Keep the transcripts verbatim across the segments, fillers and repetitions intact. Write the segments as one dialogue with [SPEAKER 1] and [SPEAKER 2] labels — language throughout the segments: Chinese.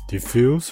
[SPEAKER 1] Diffuse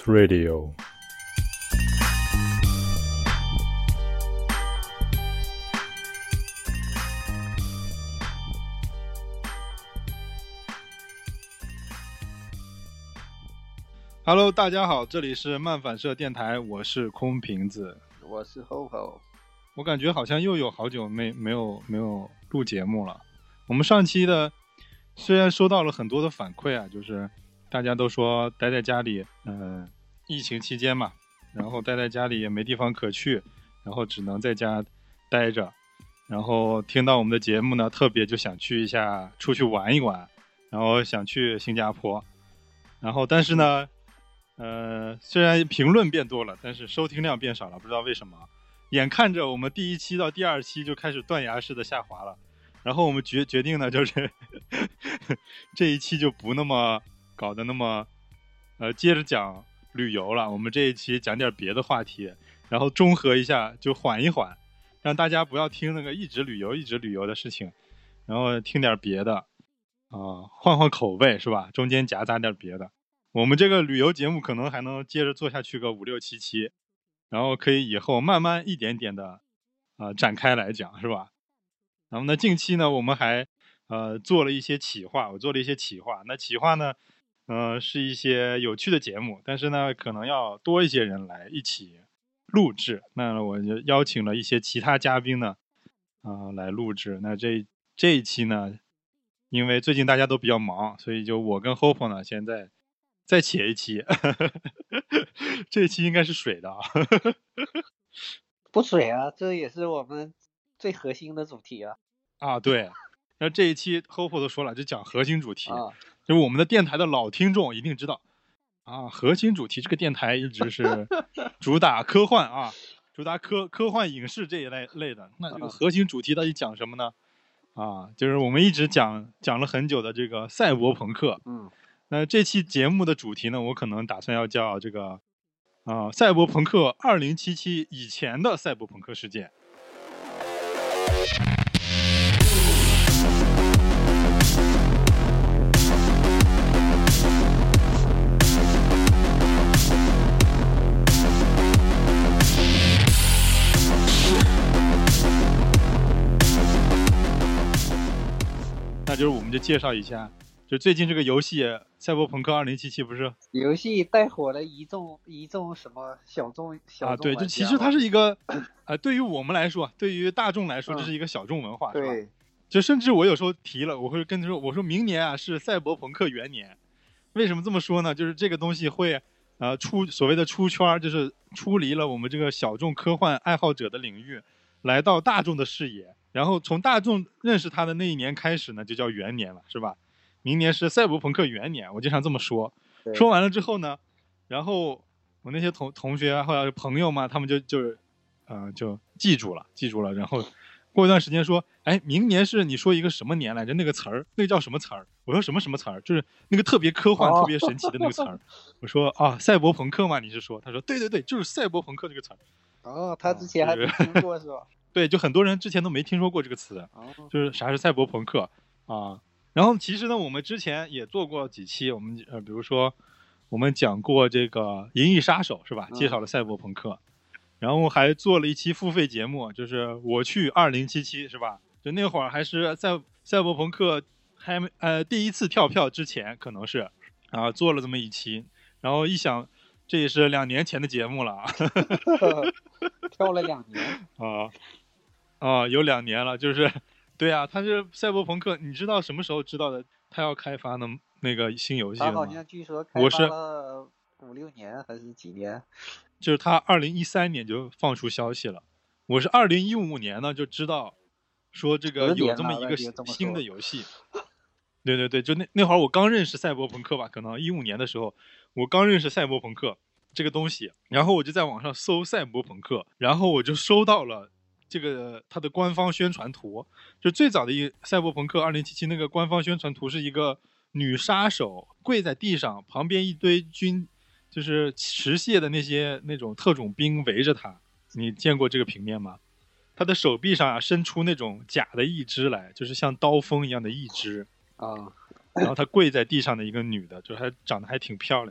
[SPEAKER 1] Radio。Hello， 大家好，这里是漫反射电台，我是空瓶子，
[SPEAKER 2] 我是厚厚。
[SPEAKER 1] 我感觉好像又有好久没没有没有录节目了。我们上期的虽然收到了很多的反馈啊，就是大家都说待在家里，呃，疫情期间嘛，然后待在家里也没地方可去，然后只能在家待着，然后听到我们的节目呢，特别就想去一下出去玩一玩，然后想去新加坡，然后但是呢。呃，虽然评论变多了，但是收听量变少了，不知道为什么。眼看着我们第一期到第二期就开始断崖式的下滑了，然后我们决决定呢，就是这一期就不那么搞得那么，呃，接着讲旅游了。我们这一期讲点别的话题，然后中和一下，就缓一缓，让大家不要听那个一直旅游一直旅游的事情，然后听点别的，啊、呃，换换口味是吧？中间夹杂点别的。我们这个旅游节目可能还能接着做下去个五六七期，然后可以以后慢慢一点点的啊、呃、展开来讲，是吧？然后呢，近期呢我们还呃做了一些企划，我做了一些企划。那企划呢，呃是一些有趣的节目，但是呢可能要多一些人来一起录制。那我就邀请了一些其他嘉宾呢，啊、呃、来录制。那这这一期呢，因为最近大家都比较忙，所以就我跟 Hope 呢现在。再且一期这一期应该是水的啊
[SPEAKER 2] 不水啊，这也是我们最核心的主题啊
[SPEAKER 1] 啊对，那这一期 Hope 都说了，就讲核心主题
[SPEAKER 2] 啊，
[SPEAKER 1] 就是我们的电台的老听众一定知道啊，核心主题这个电台一直是主打科幻啊主打科科幻影视这一类类的。那这个核心主题到底讲什么呢？啊，就是我们一直讲讲了很久的这个赛博朋克。
[SPEAKER 2] 嗯，
[SPEAKER 1] 那这期节目的主题呢，我可能打算要叫这个啊、呃，赛博朋克二零七七以前的赛博朋克世界。那就是我们就介绍一下。就最近这个游戏《赛博朋克二零七七》不是
[SPEAKER 2] 游戏带火了一众一众什么小众小众
[SPEAKER 1] 啊？对，就其实它是一个，呃，对于我们来说，对于大众来说，
[SPEAKER 2] 嗯、
[SPEAKER 1] 这是一个小众文化，
[SPEAKER 2] 对
[SPEAKER 1] 是吧？就甚至我有时候提了，我会跟他说，我说明年啊是赛博朋克元年。为什么这么说呢？就是这个东西会呃出所谓的出圈，就是出离了我们这个小众科幻爱好者的领域，来到大众的视野，然后从大众认识它的那一年开始呢，就叫元年了，是吧？明年是赛博朋克元年，我经常这么说。说完了之后呢，然后我那些同同学或者朋友嘛，他们就就是，呃，就记住了，记住了。然后过一段时间说，哎，明年是你说一个什么年来着？那个词儿，那个叫什么词儿？我说什么什么词儿？就是那个特别科幻、哦、特别神奇的那个词儿。我说啊，赛博朋克嘛，你是说？他说对对对，就是赛博朋克这个词儿。
[SPEAKER 2] 哦，他之前还没听过是吧？
[SPEAKER 1] 对，就很多人之前都没听说过这个词，
[SPEAKER 2] 哦、
[SPEAKER 1] 就是啥是赛博朋克啊。然后其实呢，我们之前也做过几期，我们呃，比如说我们讲过这个《银翼杀手》是吧？介绍了赛博朋克，嗯、然后还做了一期付费节目，就是我去二零七七是吧？就那会儿还是赛赛博朋克还没呃第一次跳票之前，可能是啊做了这么一期，然后一想这也是两年前的节目了，
[SPEAKER 2] 跳了两年
[SPEAKER 1] 啊啊有两年了，就是。对啊，他是赛博朋克，你知道什么时候知道的？他要开发的那个新游戏了吗？
[SPEAKER 2] 他好像据说开发了五六年还是几年？
[SPEAKER 1] 就是他二零一三年就放出消息了，我是二零一五年呢就知道说这个有这么一个新的游戏。对对对，就那那会儿我刚认识赛博朋克吧，可能一五年的时候我刚认识赛博朋克这个东西，然后我就在网上搜赛博朋克，然后我就收到了。这个它的官方宣传图，就最早的一赛博朋克二零七七那个官方宣传图是一个女杀手跪在地上，旁边一堆军就是持械的那些那种特种兵围着她。你见过这个平面吗？她的手臂上啊伸出那种假的义肢来，就是像刀锋一样的义肢
[SPEAKER 2] 啊。
[SPEAKER 1] 然后她跪在地上的一个女的，就还长得还挺漂亮的。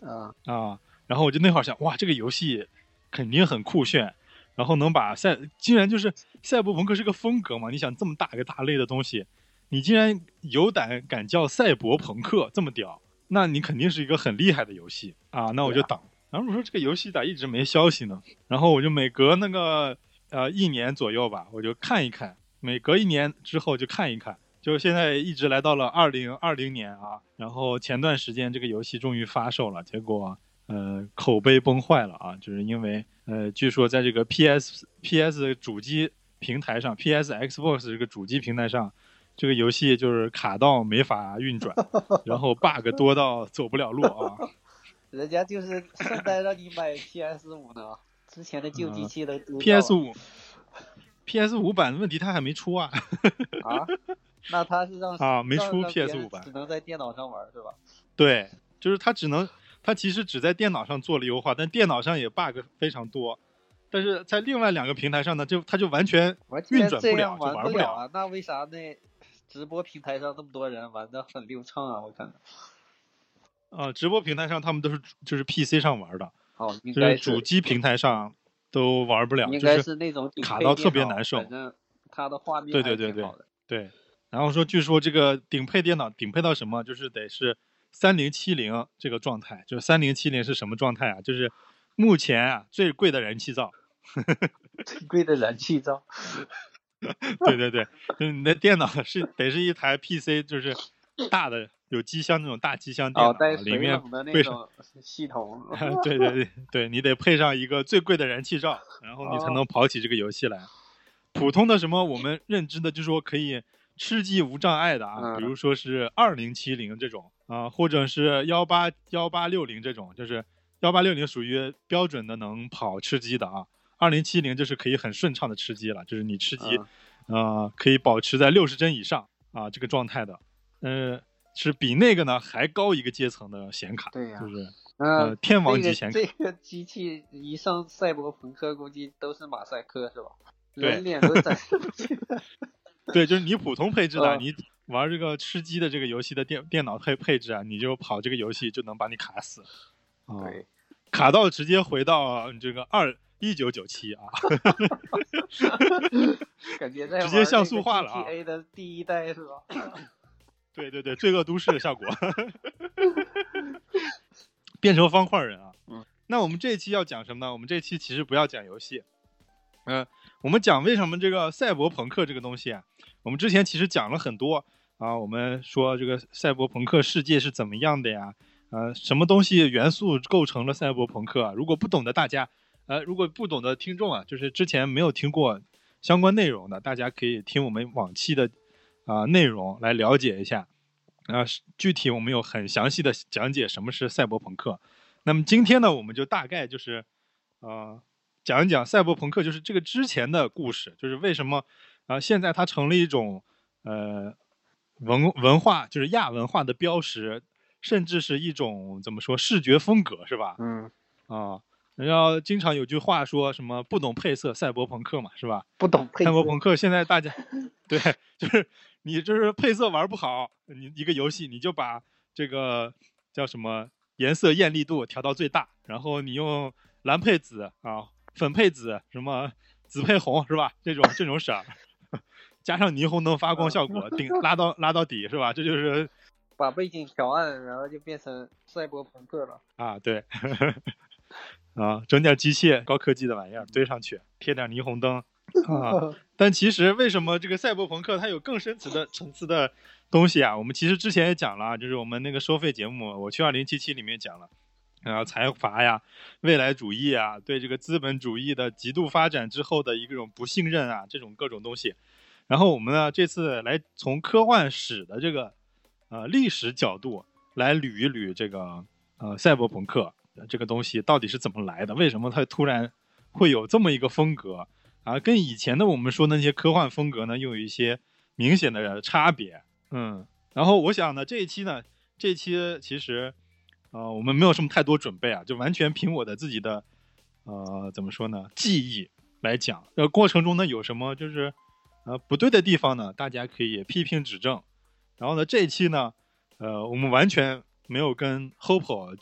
[SPEAKER 2] 啊
[SPEAKER 1] 啊，然后我就那会儿想，哇，这个游戏肯定很酷炫，然后能把赛，竟然就是赛博朋克是个风格嘛，你想这么大个大类的东西，你竟然有胆敢叫赛博朋克，这么屌，那你肯定是一个很厉害的游戏啊，那我就等。然后我说这个游戏咋一直没消息呢？然后我就每隔那个呃一年左右吧，我就看一看，每隔一年之后就看一看。就现在一直来到了二零二零年啊，然后前段时间这个游戏终于发售了，结果呃口碑崩坏了啊，就是因为呃据说在这个 P S P S 主机平台上 ，P S Xbox 这个主机平台上，这个游戏就是卡到没法运转，然后 bug 多到走不了路啊。
[SPEAKER 2] 人家就是顺带让你买 P S 五 呢，之前的旧机器都丢掉了。
[SPEAKER 1] P S 五 P S 五 版的问题它还没出啊。
[SPEAKER 2] 啊？那他是让
[SPEAKER 1] 啊没出 P S 五 版，
[SPEAKER 2] 只能在电脑上玩是吧？
[SPEAKER 1] 对，就是他只能，他其实只在电脑上做了优化，但电脑上也 bug 非常多，但是在另外两个平台上呢，就他就完全运转不了，就玩
[SPEAKER 2] 不
[SPEAKER 1] 了
[SPEAKER 2] 啊。那为啥那直播平台上那么多人玩的很流畅啊？我看看。
[SPEAKER 1] 呃，直播平台上他们都是就是 P C 上玩的，
[SPEAKER 2] 哦，应
[SPEAKER 1] 该是主机平台上都玩不了，
[SPEAKER 2] 应该是那种
[SPEAKER 1] 卡到特别难受。
[SPEAKER 2] 反正它的画面
[SPEAKER 1] 对对对对对。然后说，据说这个顶配电脑顶配到什么，就是得是三零七零这个状态。就是三零七零是什么状态啊？就是目前啊最贵的燃气灶。
[SPEAKER 2] 最贵的燃气灶。
[SPEAKER 1] 对对对，就是你的电脑是得是一台 P C， 就是大的有机箱那种大机箱电脑，
[SPEAKER 2] 哦、带
[SPEAKER 1] 里面
[SPEAKER 2] 的那种系统。
[SPEAKER 1] 对对对对，你得配上一个最贵的燃气灶，然后你才能跑起这个游戏来。哦、普通的什么我们认知的，就是说可以吃鸡无障碍的啊，
[SPEAKER 2] 嗯、
[SPEAKER 1] 比如说是二零七零这种啊，或者是幺八幺八六零这种，就是幺八六零属于标准的能跑吃鸡的啊，二零七零就是可以很顺畅的吃鸡了，就是你吃鸡，
[SPEAKER 2] 嗯、
[SPEAKER 1] 呃，可以保持在六十帧以上啊这个状态的，呃，是比那个呢还高一个阶层的显卡，
[SPEAKER 2] 对呀、啊，
[SPEAKER 1] 就是呃天王级显卡。
[SPEAKER 2] 这个、这个机器一上赛博朋克，估计都是马赛克是吧？
[SPEAKER 1] 对，
[SPEAKER 2] 人脸都展示不出来。
[SPEAKER 1] 对，就是你普通配置的，
[SPEAKER 2] 呃、
[SPEAKER 1] 你玩这个吃鸡的这个游戏的电电脑配配置啊，你就跑这个游戏就能把你卡死，啊、
[SPEAKER 2] 对，
[SPEAKER 1] 卡到直接回到这个二一九九七啊，
[SPEAKER 2] 感觉在
[SPEAKER 1] 直接像素化了啊
[SPEAKER 2] G T A 的第一代是吧？
[SPEAKER 1] 对对对，罪恶都市的效果，变成方块人啊。
[SPEAKER 2] 嗯，
[SPEAKER 1] 那我们这一期要讲什么呢？我们这一期其实不要讲游戏。嗯、呃，我们讲为什么这个赛博朋克这个东西啊，我们之前其实讲了很多啊。我们说这个赛博朋克世界是怎么样的呀？呃，什么东西元素构成了赛博朋克啊？如果不懂的大家，呃，如果不懂的听众啊，就是之前没有听过相关内容的，大家可以听我们往期的啊、呃、内容来了解一下。啊、呃，具体我们有很详细的讲解什么是赛博朋克。那么今天呢，我们就大概就是呃。讲一讲赛博朋克，就是这个之前的故事，就是为什么啊、呃，现在它成了一种呃文文化，就是亚文化的标识，甚至是一种怎么说视觉风格，是吧？
[SPEAKER 2] 嗯
[SPEAKER 1] 啊，然后经常有句话说什么不懂配色赛博朋克嘛，是吧？
[SPEAKER 2] 不懂配色。
[SPEAKER 1] 赛博朋克现在大家对，就是你就是配色玩不好，你一个游戏你就把这个叫什么颜色艳丽度调到最大，然后你用蓝配紫啊。粉配紫，什么紫配红是吧？这种这种色，加上霓虹灯发光效果，顶拉到拉到底是吧？这就是
[SPEAKER 2] 把背景调暗，然后就变成赛博朋克了
[SPEAKER 1] 啊！对，啊，整点机械高科技的玩意儿堆上去，贴点霓虹灯啊！但其实为什么这个赛博朋克它有更深层的层次的东西啊？我们其实之前也讲了，就是我们那个收费节目《我去二零七七》里面讲了。啊，财阀呀，未来主义啊，对这个资本主义的极度发展之后的一种不信任啊，这种各种东西。然后我们呢，这次来从科幻史的这个呃历史角度来捋一捋这个呃赛博朋克这个东西到底是怎么来的，为什么它突然会有这么一个风格啊？跟以前的我们说的那些科幻风格呢，又有一些明显的差别。嗯，然后我想呢，这一期呢，这一期其实。呃，我们没有什么太多准备啊，就完全凭我的自己的，呃，怎么说呢，记忆来讲。呃，过程中呢有什么就是，呃，不对的地方呢，大家可以批评指正。然后呢，这一期呢，呃，我们完全没有跟 Hopo 具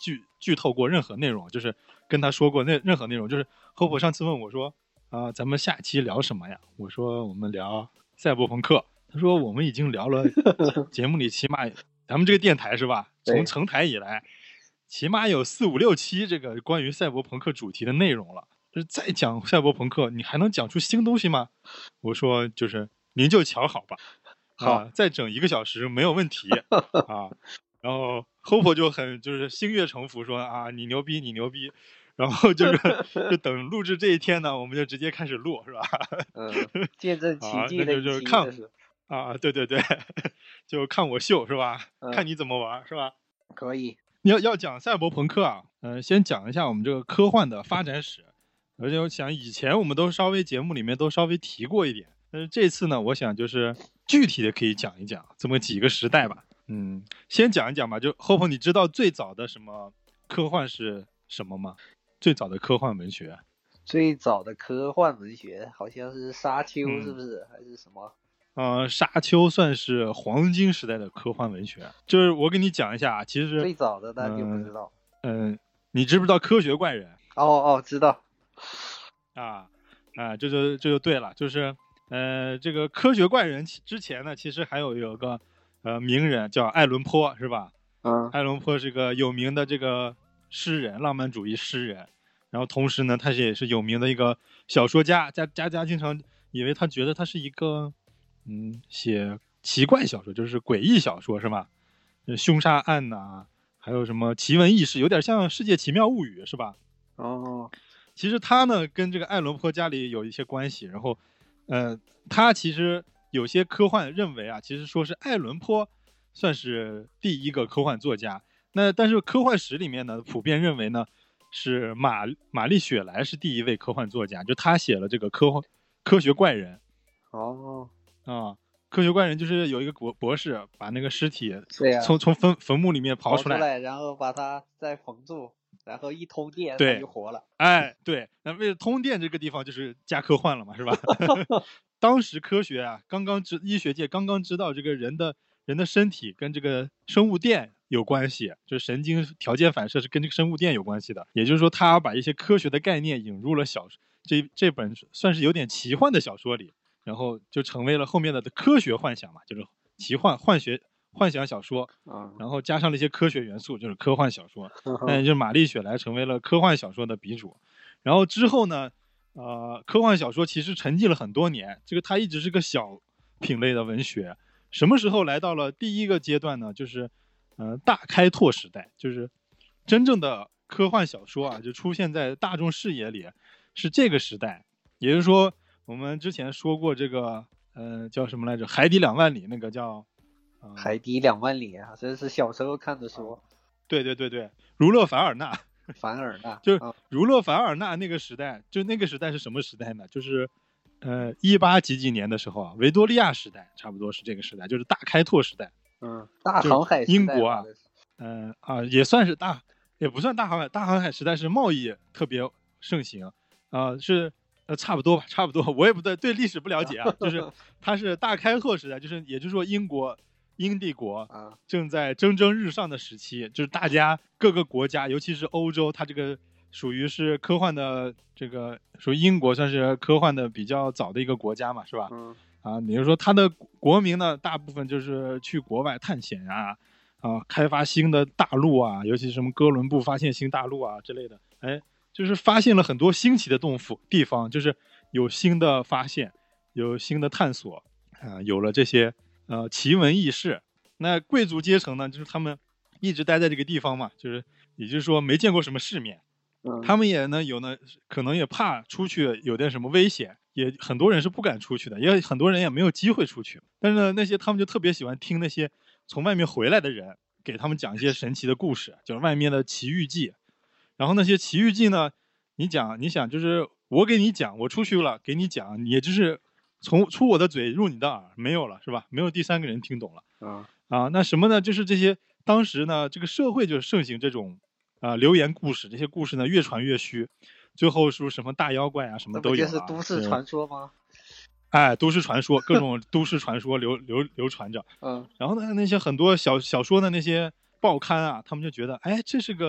[SPEAKER 1] 剧透过任何内容，就是跟他说过那任何内容。就是 Hope 上次问我说啊、呃，咱们下期聊什么呀？我说我们聊赛博朋克。他说我们已经聊了节目里起码咱们这个电台是吧？从成台以来，起码有四五六期这个关于赛博朋克主题的内容了。就是再讲赛博朋克，你还能讲出新东西吗？我说就是您就瞧好吧，
[SPEAKER 2] 好、
[SPEAKER 1] 呃，再整一个小时没有问题啊。然后 Hope 就很就是心悦诚服说啊，你牛逼，你牛逼。然后就是就等录制这一天呢，我们就直接开始录，是吧？
[SPEAKER 2] 嗯，见证奇迹的一期
[SPEAKER 1] 看啊，对对对，就看我秀是吧？
[SPEAKER 2] 嗯、
[SPEAKER 1] 看你怎么玩是吧？
[SPEAKER 2] 可以。
[SPEAKER 1] 你要要讲赛博朋克啊，嗯、呃，先讲一下我们这个科幻的发展史。而且我想以前我们都稍微节目里面都稍微提过一点，但是这次呢，我想就是具体的可以讲一讲这么几个时代吧。嗯，先讲一讲吧。就 Hope 你知道最早的什么科幻是什么吗？最早的科幻文学，
[SPEAKER 2] 最早的科幻文学好像是沙丘，是不是、嗯、还是什么？
[SPEAKER 1] 呃，沙丘算是黄金时代的科幻文学。就是我给你讲一下，其实
[SPEAKER 2] 最早的那就不知道。
[SPEAKER 1] 嗯、呃，你知不知道科学怪人？
[SPEAKER 2] 哦哦，知道。
[SPEAKER 1] 啊啊，这就这就对了，就是呃，这个科学怪人之前呢，其实还有有个呃名人叫爱伦坡，是吧？
[SPEAKER 2] 嗯，
[SPEAKER 1] 爱伦坡是个有名的这个诗人，浪漫主义诗人。然后同时呢，他是也是有名的一个小说家，家家家经常以为他觉得他是一个嗯写奇怪小说，就是诡异小说，是吧？凶杀案呐、啊，还有什么奇闻异事，有点像《世界奇妙物语》，是吧？
[SPEAKER 2] 哦。
[SPEAKER 1] 其实他呢跟这个爱伦坡家里有一些关系，然后，呃，他其实有些科幻认为啊，其实说是爱伦坡算是第一个科幻作家，那但是科幻史里面呢，普遍认为呢是玛玛丽雪莱是第一位科幻作家，就他写了这个科幻科学怪人。
[SPEAKER 2] 哦，
[SPEAKER 1] 啊，科学怪人就是有一个博博士把那个尸体
[SPEAKER 2] 对呀，
[SPEAKER 1] 从从坟坟墓里面刨
[SPEAKER 2] 出
[SPEAKER 1] 来，
[SPEAKER 2] 来然后把它再缝住。然后一通电，
[SPEAKER 1] 对，
[SPEAKER 2] 它就活了。
[SPEAKER 1] 哎，对，那为了通电这个地方就是加科幻了嘛，是吧？当时科学啊，刚刚知医学界刚刚知道这个人的人的身体跟这个生物电有关系，就是神经条件反射是跟这个生物电有关系的。也就是说，他把一些科学的概念引入了小这这本算是有点奇幻的小说里，然后就成为了后面的科学幻想嘛，就是奇幻幻学。幻想小说，然后加上了一些科学元素，就是科幻小说。那就是玛丽雪莱成为了科幻小说的鼻祖。然后之后呢，呃，科幻小说其实沉寂了很多年，这个它一直是个小品类的文学。什么时候来到了第一个阶段呢？就是呃大开拓时代，就是真正的科幻小说啊，就出现在大众视野里，是这个时代。也就是说，我们之前说过这个呃叫什么来着，《海底两万里》那个叫。
[SPEAKER 2] 海底两万里啊，这是小时候看的书。
[SPEAKER 1] 对对对对，儒勒凡尔纳，
[SPEAKER 2] 凡尔纳
[SPEAKER 1] 就是儒勒凡尔纳那个时代，就那个时代是什么时代呢？就是呃一八几几年的时候啊，维多利亚时代，差不多是这个时代，就是大开拓时代。
[SPEAKER 2] 嗯，大航海时代。
[SPEAKER 1] 英国啊，嗯 啊、呃、也算是大，也不算大航海，大航海时代是贸易特别盛行啊、呃，是呃差不多吧，差不多，我也不对对历史不了解啊，就是它是大开拓时代，就是也就是说英国。英帝国正在蒸蒸日上的时期，就是大家各个国家，尤其是欧洲，它这个属于是科幻的，这个属于英国算是科幻的比较早的一个国家嘛，是吧？
[SPEAKER 2] 嗯，
[SPEAKER 1] 啊，比如说它的国民呢，大部分就是去国外探险啊，啊，开发新的大陆啊，尤其是什么哥伦布发现新大陆啊之类的，哎，就是发现了很多新奇的洞府地方，就是有新的发现，有新的探索啊，有了这些。呃，奇闻异事。那贵族阶层呢，就是他们一直待在这个地方嘛，就是也就是说没见过什么世面。
[SPEAKER 2] 嗯，
[SPEAKER 1] 他们也呢有呢，可能也怕出去有点什么危险，也很多人是不敢出去的，也很多人也没有机会出去。但是呢，那些他们就特别喜欢听那些从外面回来的人给他们讲一些神奇的故事，就是外面的奇遇记。然后那些奇遇记呢，你讲，你想就是我给你讲，我出去了给你讲，也就是。从出我的嘴入你的耳，没有了是吧？没有第三个人听懂了啊啊！那什么呢？就是这些当时呢，这个社会就是盛行这种啊流言故事，这些故事呢越传越虚，最后说什么大妖怪啊什么都有了。
[SPEAKER 2] 这不就是都市传说吗？
[SPEAKER 1] 哎，都市传说，各种都市传说流流流传着。
[SPEAKER 2] 嗯，
[SPEAKER 1] 然后呢，那些很多小小说的那些报刊啊，他们就觉得，哎，这是个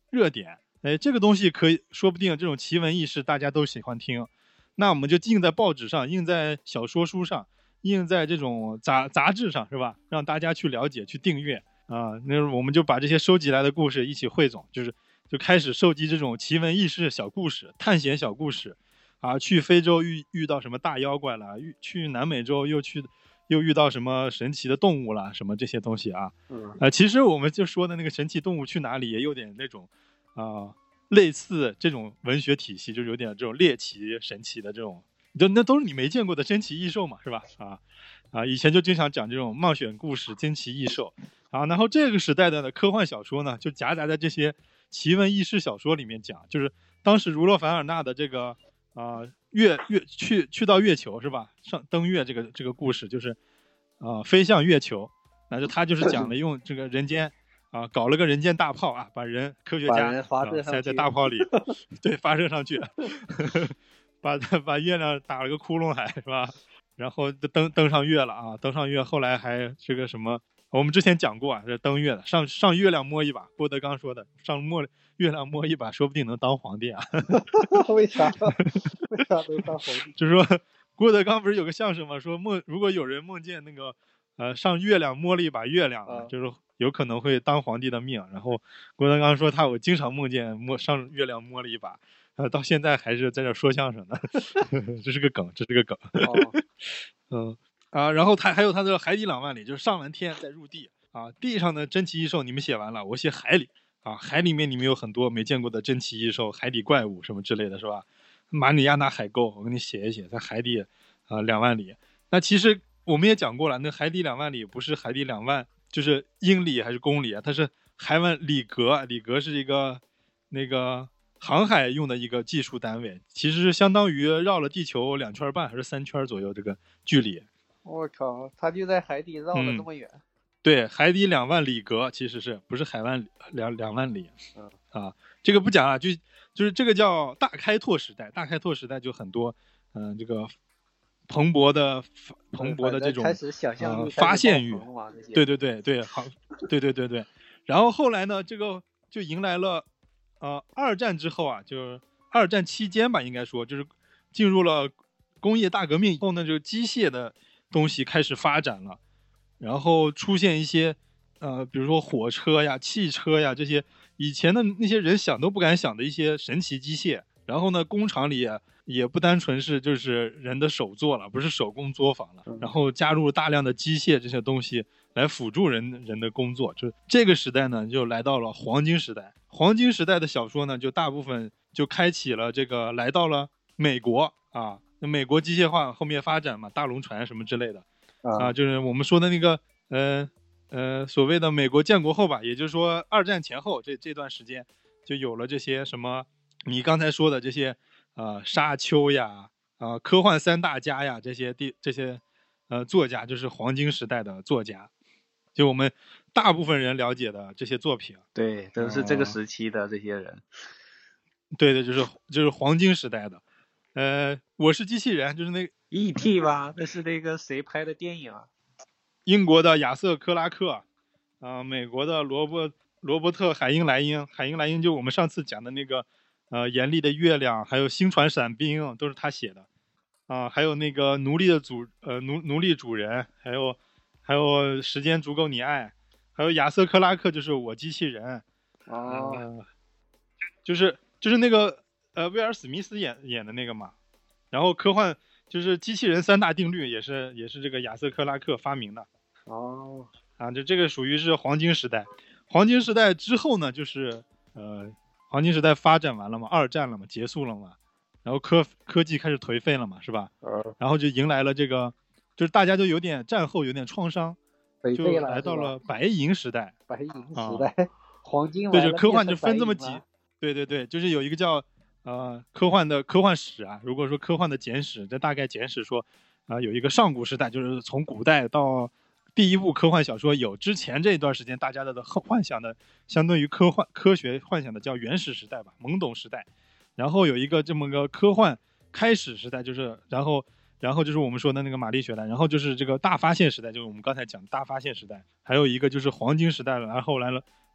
[SPEAKER 1] 热点。哎，这个东西可以说不定这种奇闻异事大家都喜欢听，那我们就印在报纸上，印在小说书上，印在这种杂杂志上，是吧？让大家去了解，去订阅啊。那我们就把这些收集来的故事一起汇总，就是就开始收集这种奇闻异事小故事、探险小故事啊。去非洲遇遇到什么大妖怪了，遇去南美洲又去又遇到什么神奇的动物了，什么这些东西啊。
[SPEAKER 2] 嗯，
[SPEAKER 1] 呃，其实我们就说的那个神奇动物去哪里，也有点那种啊、类似这种文学体系，就有点这种猎奇、神奇的这种，就那都是你没见过的珍奇异兽嘛，是吧？啊啊，以前就经常讲这种冒险故事、珍奇异兽啊。然后这个时代的呢科幻小说呢，就夹杂在这些奇闻异事小说里面讲，就是当时儒勒凡尔纳的这个啊、月月去去到月球是吧？上登月这个这个故事，就是啊、飞向月球，那就他就是讲了用这个人间。啊，搞了个人间大炮啊，把人科学家
[SPEAKER 2] 发射
[SPEAKER 1] 塞在大炮里，对，发射上去，把把月亮打了个窟窿还是吧？然后登登上月了啊，登上月，后来还这个什么，我们之前讲过啊，这登月的，上上月亮摸一把，郭德纲说的，上摸月亮摸一把，说不定能当皇帝啊。
[SPEAKER 2] 为啥？为啥能当皇帝？
[SPEAKER 1] 就是说，郭德纲不是有个相声吗？说梦，如果有人梦见那个呃上月亮摸了一把月亮，啊、就是有可能会当皇帝的命。然后郭德纲说他我经常梦见摸上月亮摸了一把，呃，到现在还是在这说相声呢。这是个梗，这是个梗。
[SPEAKER 2] 哦，
[SPEAKER 1] 嗯啊，然后他还有他的海底两万里，就是上完天再入地啊。地上的珍奇异兽你们写完了，我写海里啊。海里面你们有很多没见过的珍奇异兽、海底怪物什么之类的，是吧？马里亚纳海沟，我给你写一写，在海底啊两万里。那其实我们也讲过了，那海底两万里不是海底两万，就是英里还是公里啊？它是海湾里格，里格是一个那个航海用的一个技术单位，其实是相当于绕了地球两圈半还是三圈左右这个距离。
[SPEAKER 2] 我靠，他就在海底绕了这么远。
[SPEAKER 1] 嗯、对，海底两万里格其实是不是海湾两两万里？
[SPEAKER 2] 嗯
[SPEAKER 1] 啊，这个不讲了，就就是这个叫大开拓时代，大开拓时代就很多，嗯、呃，这个蓬勃的蓬勃的这种
[SPEAKER 2] 开始想象力、
[SPEAKER 1] 呃、发现欲，对对对对，好，对对对对。然后后来呢，这个就迎来了，呃，二战之后啊，就是二战期间吧，应该说就是进入了工业大革命以后呢，就机械的东西开始发展了，然后出现一些。呃，比如说火车呀、汽车呀这些以前的那些人想都不敢想的一些神奇机械，然后呢，工厂里也也不单纯是就是人的手做了，不是手工作坊了，然后加入大量的机械这些东西来辅助人人的工作，就这个时代呢，就来到了黄金时代。黄金时代的小说呢，就大部分就开启了这个来到了美国啊，美国机械化后面发展嘛，大龙船什么之类的啊，就是我们说的那个呃。呃，所谓的美国建国后吧，也就是说二战前后这这段时间，就有了这些什么你刚才说的这些呃沙丘呀，啊、呃、科幻三大家呀，这些地这些呃作家，就是黄金时代的作家，就我们大部分人了解的这些作品，
[SPEAKER 2] 对，都是这个时期的这些人。
[SPEAKER 1] 呃、对的，就是就是黄金时代的。呃，我是机器人，就是那个
[SPEAKER 2] E T 吧，那是那个谁拍的电影啊？
[SPEAKER 1] 英国的亚瑟克拉克，啊、呃，美国的罗伯罗伯特海因莱因，海因莱因就我们上次讲的那个，呃，严厉的月亮，还有星船伞兵都是他写的，啊、呃，还有那个奴隶的主，呃，奴奴隶主人，还有还有时间足够你爱，还有亚瑟克拉克就是我机器人，
[SPEAKER 2] 哦、
[SPEAKER 1] 呃，就是就是那个呃威尔史密斯演演的那个嘛，然后科幻就是机器人三大定律也是也是这个亚瑟克拉克发明的。
[SPEAKER 2] 哦，
[SPEAKER 1] 啊，这这个属于是黄金时代。黄金时代之后呢，就是呃，黄金时代发展完了嘛，二战了嘛，结束了嘛，然后科科技开始颓废了嘛，是吧？
[SPEAKER 2] 嗯。
[SPEAKER 1] 然后就迎来了这个，就是大家就有点战后有点创伤，
[SPEAKER 2] 颓
[SPEAKER 1] 废了，来到了白银时代。
[SPEAKER 2] 白银时代，啊、黄金
[SPEAKER 1] 对，就科幻就分这么几，对对对，就是有一个叫呃科幻的科幻史啊。如果说科幻的简史，这大概简史说啊、呃，有一个上古时代，就是从古代到。第一部科幻小说有之前这一段时间大家的幻想的相对于科幻科学幻想的叫原始时代吧，懵懂时代，然后有一个这么个科幻开始时代，就是然后然后就是我们说的那个玛丽学代，然后就是这个大发现时代，就是我们刚才讲大发现时代，还有一个就是黄金时代了，然后来了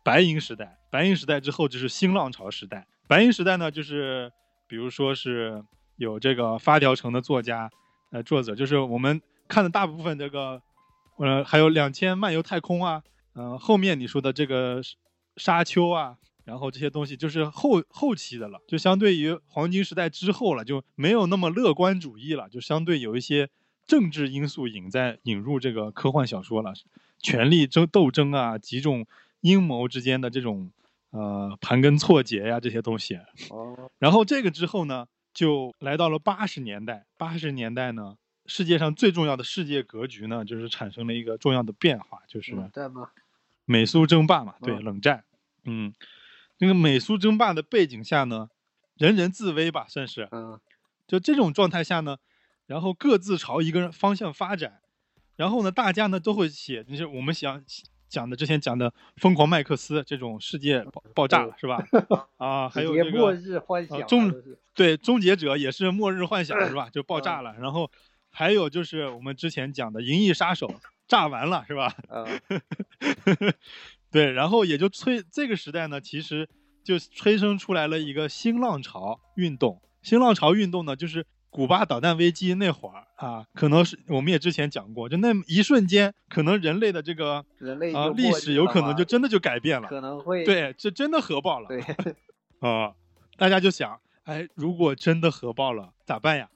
[SPEAKER 1] 白银时代，白银时代之后就是新浪潮时代。白银时代呢，就是比如说是有这个发条城的作家，呃，作者，就是我们看的大部分这个，呃，还有两千漫游太空啊，呃，后面你说的这个沙丘啊，然后这些东西就是后后期的了，就相对于黄金时代之后了，就没有那么乐观主义了，就相对有一些政治因素引在引入这个科幻小说了，权力争斗争啊，几种阴谋之间的这种呃盘根错节呀、这些东西。
[SPEAKER 2] 哦，
[SPEAKER 1] 然后这个之后呢，就来到了八十年代。八十年代呢，世界上最重要的世界格局呢，就是产生了一个重要的变化，就是
[SPEAKER 2] 冷战吗？
[SPEAKER 1] 美苏争霸嘛，对，
[SPEAKER 2] 嗯
[SPEAKER 1] 冷战。嗯，那个美苏争霸的背景下呢，人人自危吧，算是。
[SPEAKER 2] 嗯，
[SPEAKER 1] 就这种状态下呢，然后各自朝一个方向发展，然后呢，大家呢都会写，就是我们想讲的之前讲的《疯狂麦克斯》这种世界爆爆炸了，是吧？啊，还有这个
[SPEAKER 2] 末日幻想、
[SPEAKER 1] 呃、终对终结者也是末日幻想，是吧？就爆炸了。然后还有就是我们之前讲的《银翼杀手》炸完了，是吧？
[SPEAKER 2] 嗯，
[SPEAKER 1] 对，然后也就催这个时代呢，其实就催生出来了一个新浪潮运动。新浪潮运动呢，就是古巴导弹危机那会儿啊，可能是我们也之前讲过，就那一瞬间，可能人类的这个
[SPEAKER 2] 人类
[SPEAKER 1] 啊历史有可能就真的就改变了，
[SPEAKER 2] 可能会
[SPEAKER 1] 对，这真的核爆了，
[SPEAKER 2] 对
[SPEAKER 1] 啊，大家就想，哎，如果真的核爆了咋办呀？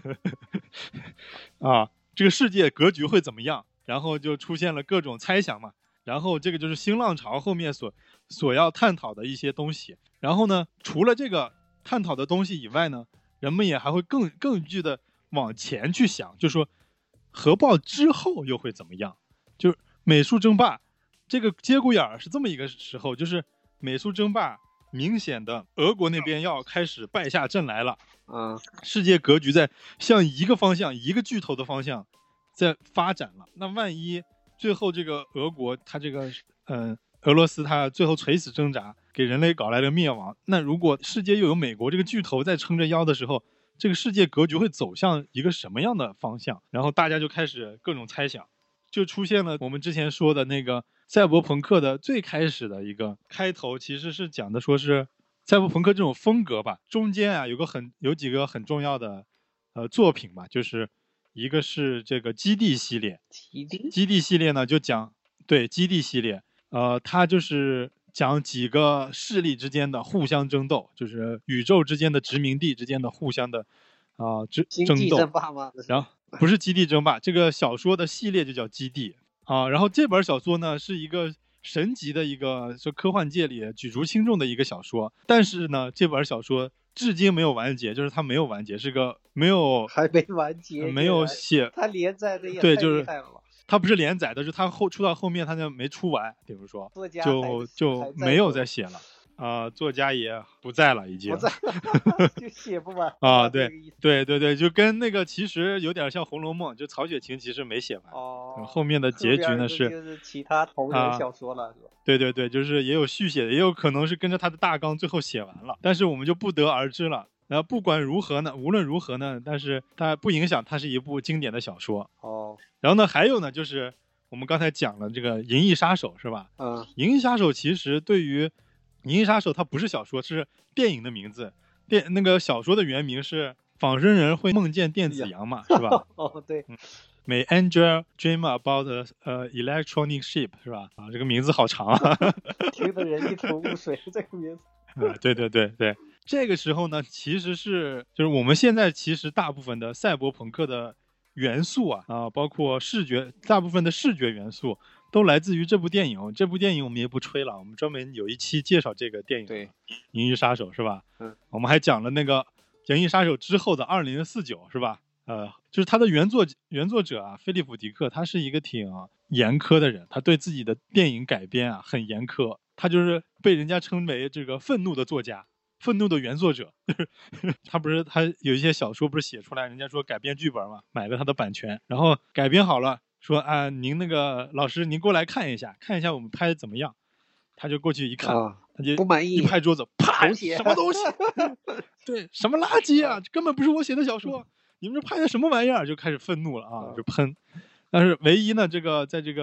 [SPEAKER 1] 啊，这个世界格局会怎么样？然后就出现了各种猜想嘛。然后这个就是新浪潮后面所所要探讨的一些东西。然后呢，除了这个探讨的东西以外呢，人们也还会更更具的往前去想，就说核爆之后又会怎么样？就是美苏争霸这个节骨眼是这么一个时候，就是美苏争霸明显的俄国那边要开始败下阵来了，
[SPEAKER 2] 嗯，
[SPEAKER 1] 世界格局在向一个方向一个巨头的方向在发展了。那万一最后这个俄国它这个嗯、呃、俄罗斯它最后垂死挣扎，给人类搞来了灭亡，那如果世界又有美国这个巨头在撑着腰的时候，这个世界格局会走向一个什么样的方向？然后大家就开始各种猜想，就出现了我们之前说的那个赛博朋克的最开始的一个开头，其实是讲的说是赛博朋克这种风格吧，中间啊有个很有几个很重要的呃作品吧，就是一个是这个基地系列，
[SPEAKER 2] 基地
[SPEAKER 1] 基地系列呢就讲对基地系列，呃，它就是讲几个势力之间的互相争斗，就是宇宙之间的殖民地之间的互相的啊、呃、争争斗。
[SPEAKER 2] 争霸吗？
[SPEAKER 1] 然后不是基地争霸，这个小说的系列就叫基地啊。然后这本小说呢是一个神级的一个就科幻界里举足轻重的一个小说，但是呢这本小说至今没有完结，就是它没有完结，是个没有
[SPEAKER 2] 还没完结，
[SPEAKER 1] 没有写，
[SPEAKER 2] 它连载的也
[SPEAKER 1] 对，就是
[SPEAKER 2] 太厉害了吧。
[SPEAKER 1] 它不是连载的，是它后出到后面它就没出完，比如说就就没有再写了啊、呃，作家也不在了，已经
[SPEAKER 2] 不在就写不完
[SPEAKER 1] 啊，对对对对，就跟那个其实有点像《红楼梦》，就曹雪芹其实没写完，
[SPEAKER 2] 哦，
[SPEAKER 1] 后面的结局呢
[SPEAKER 2] 是就是其他同人小说了，是吧？
[SPEAKER 1] 对对对，就是也有续写的，也有可能是跟着他的大纲最后写完了，但是我们就不得而知了。然后不管如何呢，无论如何呢，但是它不影响它是一部经典的小说。
[SPEAKER 2] 哦，
[SPEAKER 1] 然后呢，还有呢，就是我们刚才讲了这个《银翼杀手》是吧？
[SPEAKER 2] 嗯，
[SPEAKER 1] 《银翼杀手》其实对于《银翼杀手》它不是小说，是电影的名字。电那个小说的原名是《仿生人会梦见电子羊》嘛，是吧？
[SPEAKER 2] 哦，对。
[SPEAKER 1] 嗯May Angel Dream About a 呃 Electronic Ship 是吧？啊，这个名字好长啊，
[SPEAKER 2] 听得人一头雾水。这个名字。
[SPEAKER 1] 嗯，对对对对，这个时候呢，其实是就是我们现在其实大部分的赛博朋克的元素啊啊，包括视觉，大部分的视觉元素都来自于这部电影。这部电影我们也不吹了，我们专门有一期介绍这个电影，
[SPEAKER 2] 对，《
[SPEAKER 1] 银翼杀手》是吧？
[SPEAKER 2] 嗯，
[SPEAKER 1] 我们还讲了那个《银翼杀手》之后的二零四九是吧？呃，就是他的原作原作者啊，菲利普·迪克，他是一个挺严苛的人，他对自己的电影改编啊很严苛，他就是被人家称为这个愤怒的作家，愤怒的原作者。他不是他有一些小说不是写出来，人家说改编剧本嘛，买了他的版权，然后改编好了，说啊，您那个老师您过来看一下，看一下我们拍的怎么样。他就过去一看，
[SPEAKER 2] 啊、
[SPEAKER 1] 他就
[SPEAKER 2] 不满意，
[SPEAKER 1] 一拍桌子，啪，
[SPEAKER 2] 什
[SPEAKER 1] 么东西？对，什么垃圾啊，根本不是我写的小说。你们这拍的什么玩意儿？就开始愤怒了啊，就喷。但是唯一呢，这个在这个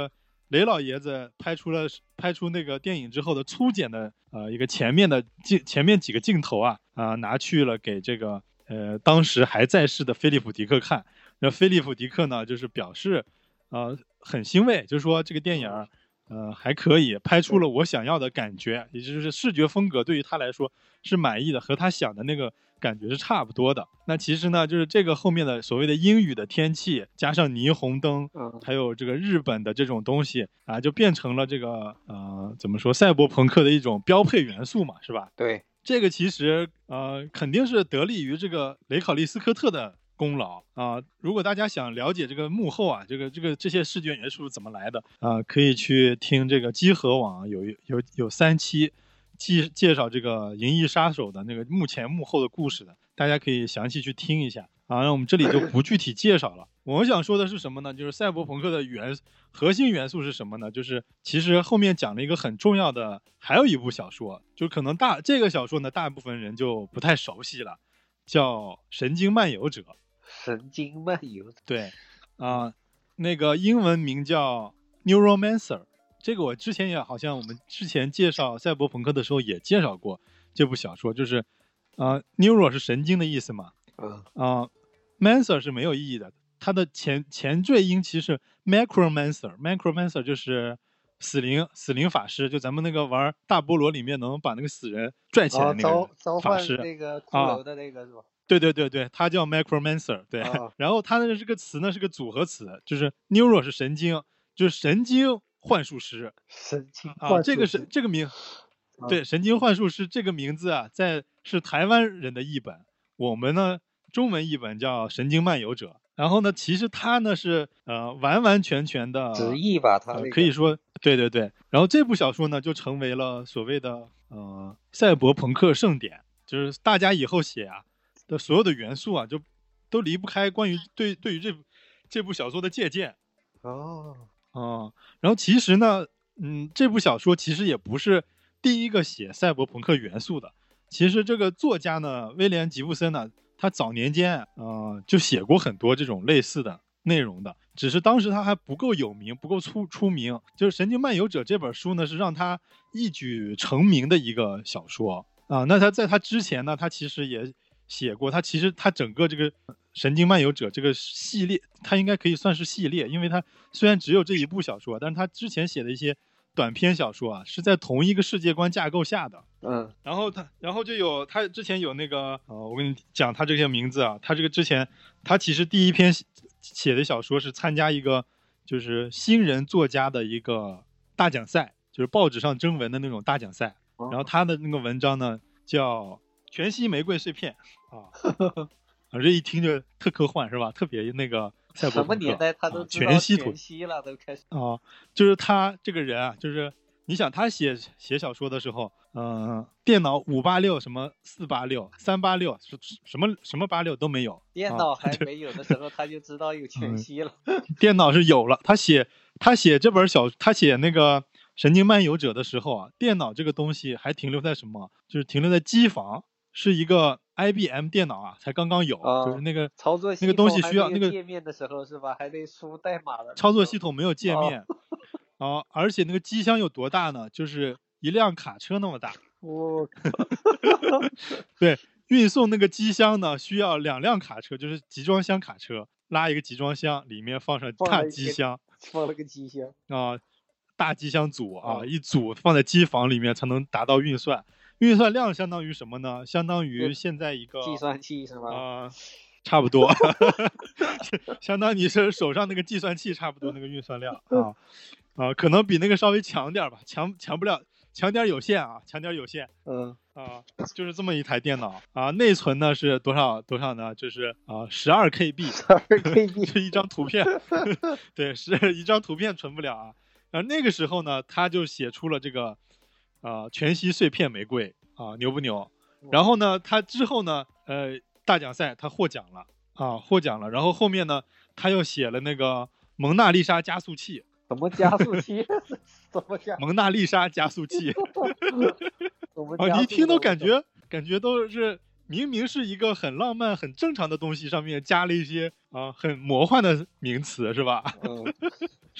[SPEAKER 1] 雷老爷子拍出了拍出那个电影之后的粗剪的呃一个前面的镜前面几个镜头啊啊、呃、拿去了给这个呃当时还在世的菲利普迪克看，那菲利普迪克呢就是表示呃很欣慰，就是说这个电影呃还可以，拍出了我想要的感觉，也就是视觉风格对于他来说是满意的，和他想的那个感觉是差不多的。那其实呢，就是这个后面的所谓的阴雨的天气，加上霓虹灯，还有这个日本的这种东西啊，就变成了这个呃怎么说赛博朋克的一种标配元素嘛，是吧？
[SPEAKER 2] 对，
[SPEAKER 1] 这个其实呃肯定是得力于这个雷考利斯科特的功劳啊！如果大家想了解这个幕后啊，这个这个这些视觉元素怎么来的啊，可以去听这个集合网有有有三期介介绍这个《银翼杀手》的那个幕前幕后的故事的，大家可以详细去听一下啊。那我们这里就不具体介绍了。我想说的是什么呢？就是赛博朋克的元核心元素是什么呢？就是其实后面讲了一个很重要的，还有一部小说，就可能大这个小说呢，大部分人就不太熟悉了，叫《神经漫游者》。
[SPEAKER 2] 神经漫游者，
[SPEAKER 1] 对啊、呃，那个英文名叫 Neuromancer。这个我之前也好像我们之前介绍赛博朋克的时候也介绍过这部小说，就是啊、呃、，neuro 是神经的意思嘛，啊、呃、，mancer 是没有意义的，它的前前缀音其实是 macromancer，macromancer 就是死灵死灵法师，就咱们那个玩大菠萝里面能把那个死人拽起来那个法师，
[SPEAKER 2] 召唤那个骷髅的那个是吧？
[SPEAKER 1] 对对对对，它叫 macromancer， 对、哦、然后它的这个词呢是个组合词，就是 neuro 是神经，就是神经幻术师。
[SPEAKER 2] 神经
[SPEAKER 1] 幻术师啊，这个是这个名，啊、对，神经幻术师这个名字啊，在是台湾人的译本，我们呢中文译本叫神经漫游者。然后呢，其实它呢是呃完完全全的
[SPEAKER 2] 直译吧，它、
[SPEAKER 1] 呃、可以说对对对。然后这部小说呢就成为了所谓的呃赛博朋克盛典，就是大家以后写啊的所有的元素啊，就都离不开关于对对于这这部小说的借鉴。
[SPEAKER 2] 哦，
[SPEAKER 1] 哦，然后其实呢，嗯，这部小说其实也不是第一个写赛博朋克元素的。其实这个作家呢，威廉·吉布森呢，他早年间呃就写过很多这种类似的内容的，只是当时他还不够有名，不够出出名。就是《神经漫游者》这本书呢，是让他一举成名的一个小说啊。那他在他之前呢，他其实也写过，他其实他整个这个神经漫游者这个系列，他应该可以算是系列，因为他虽然只有这一部小说，但是他之前写的一些短篇小说啊，是在同一个世界观架构下的。
[SPEAKER 2] 嗯，
[SPEAKER 1] 然后他，然后就有他之前有那个，呃，我跟你讲他这些名字啊，他这个之前他其实第一篇写的小说是参加一个就是新人作家的一个大奖赛，就是报纸上征文的那种大奖赛。然后他的那个文章呢叫全息玫瑰碎片啊，啊，这一听就特科幻是吧？特别那个赛博朋克。
[SPEAKER 2] 什么年代他都知道
[SPEAKER 1] 全息
[SPEAKER 2] 全息了，都开始
[SPEAKER 1] 啊，就是他这个人啊，就是你想他写写小说的时候，嗯、呃，电脑五八六什么四八六三八六什什么什么八六都没有，
[SPEAKER 2] 电脑还没有的时候，他就知道有全息了。
[SPEAKER 1] 嗯、电脑是有了，他写他写这本小他写那个。神经漫游者的时候啊，电脑这个东西还停留在什么？就是停留在机房，是一个 I B M 电脑啊，才刚刚有，
[SPEAKER 2] 啊、
[SPEAKER 1] 就是那个
[SPEAKER 2] 操作
[SPEAKER 1] 那个东西需要那个
[SPEAKER 2] 界面的时候是吧？还得输代码的。
[SPEAKER 1] 操作系统没有界面，
[SPEAKER 2] 啊、
[SPEAKER 1] 哦，而且那个机箱有多大呢？就是一辆卡车那么大。
[SPEAKER 2] 我
[SPEAKER 1] 对，运送那个机箱呢，需要两辆卡车，就是集装箱卡车，拉一个集装箱，里面放上大机箱，
[SPEAKER 2] 放了个机箱
[SPEAKER 1] 啊。大机箱组啊，一组放在机房里面才能达到运算。运算量相当于什么呢？相当于现在一个
[SPEAKER 2] 计算器是吗？
[SPEAKER 1] 啊、呃，差不多，相当于是手上那个计算器差不多那个运算量啊啊，可能比那个稍微强点吧，强强不了，强点有限啊，强点有限。
[SPEAKER 2] 嗯
[SPEAKER 1] 啊，就是这么一台电脑啊，内存呢是多少多少呢？就是啊，十二 K B，
[SPEAKER 2] 十二 K B
[SPEAKER 1] 是一张图片，对，是一张图片存不了啊。而那个时候呢，他就写出了这个，呃，全息碎片玫瑰啊，牛不牛？然后呢，他之后呢，呃，大奖赛他获奖了啊，获奖了。然后后面呢，他又写了那个蒙娜丽莎加速器。
[SPEAKER 2] 什么加速器？怎么加？
[SPEAKER 1] 蒙娜丽莎加速器。啊，你一听都感觉感觉都是明明是一个很浪漫、很正常的东西，上面加了一些啊很魔幻的名词，是吧？
[SPEAKER 2] 嗯。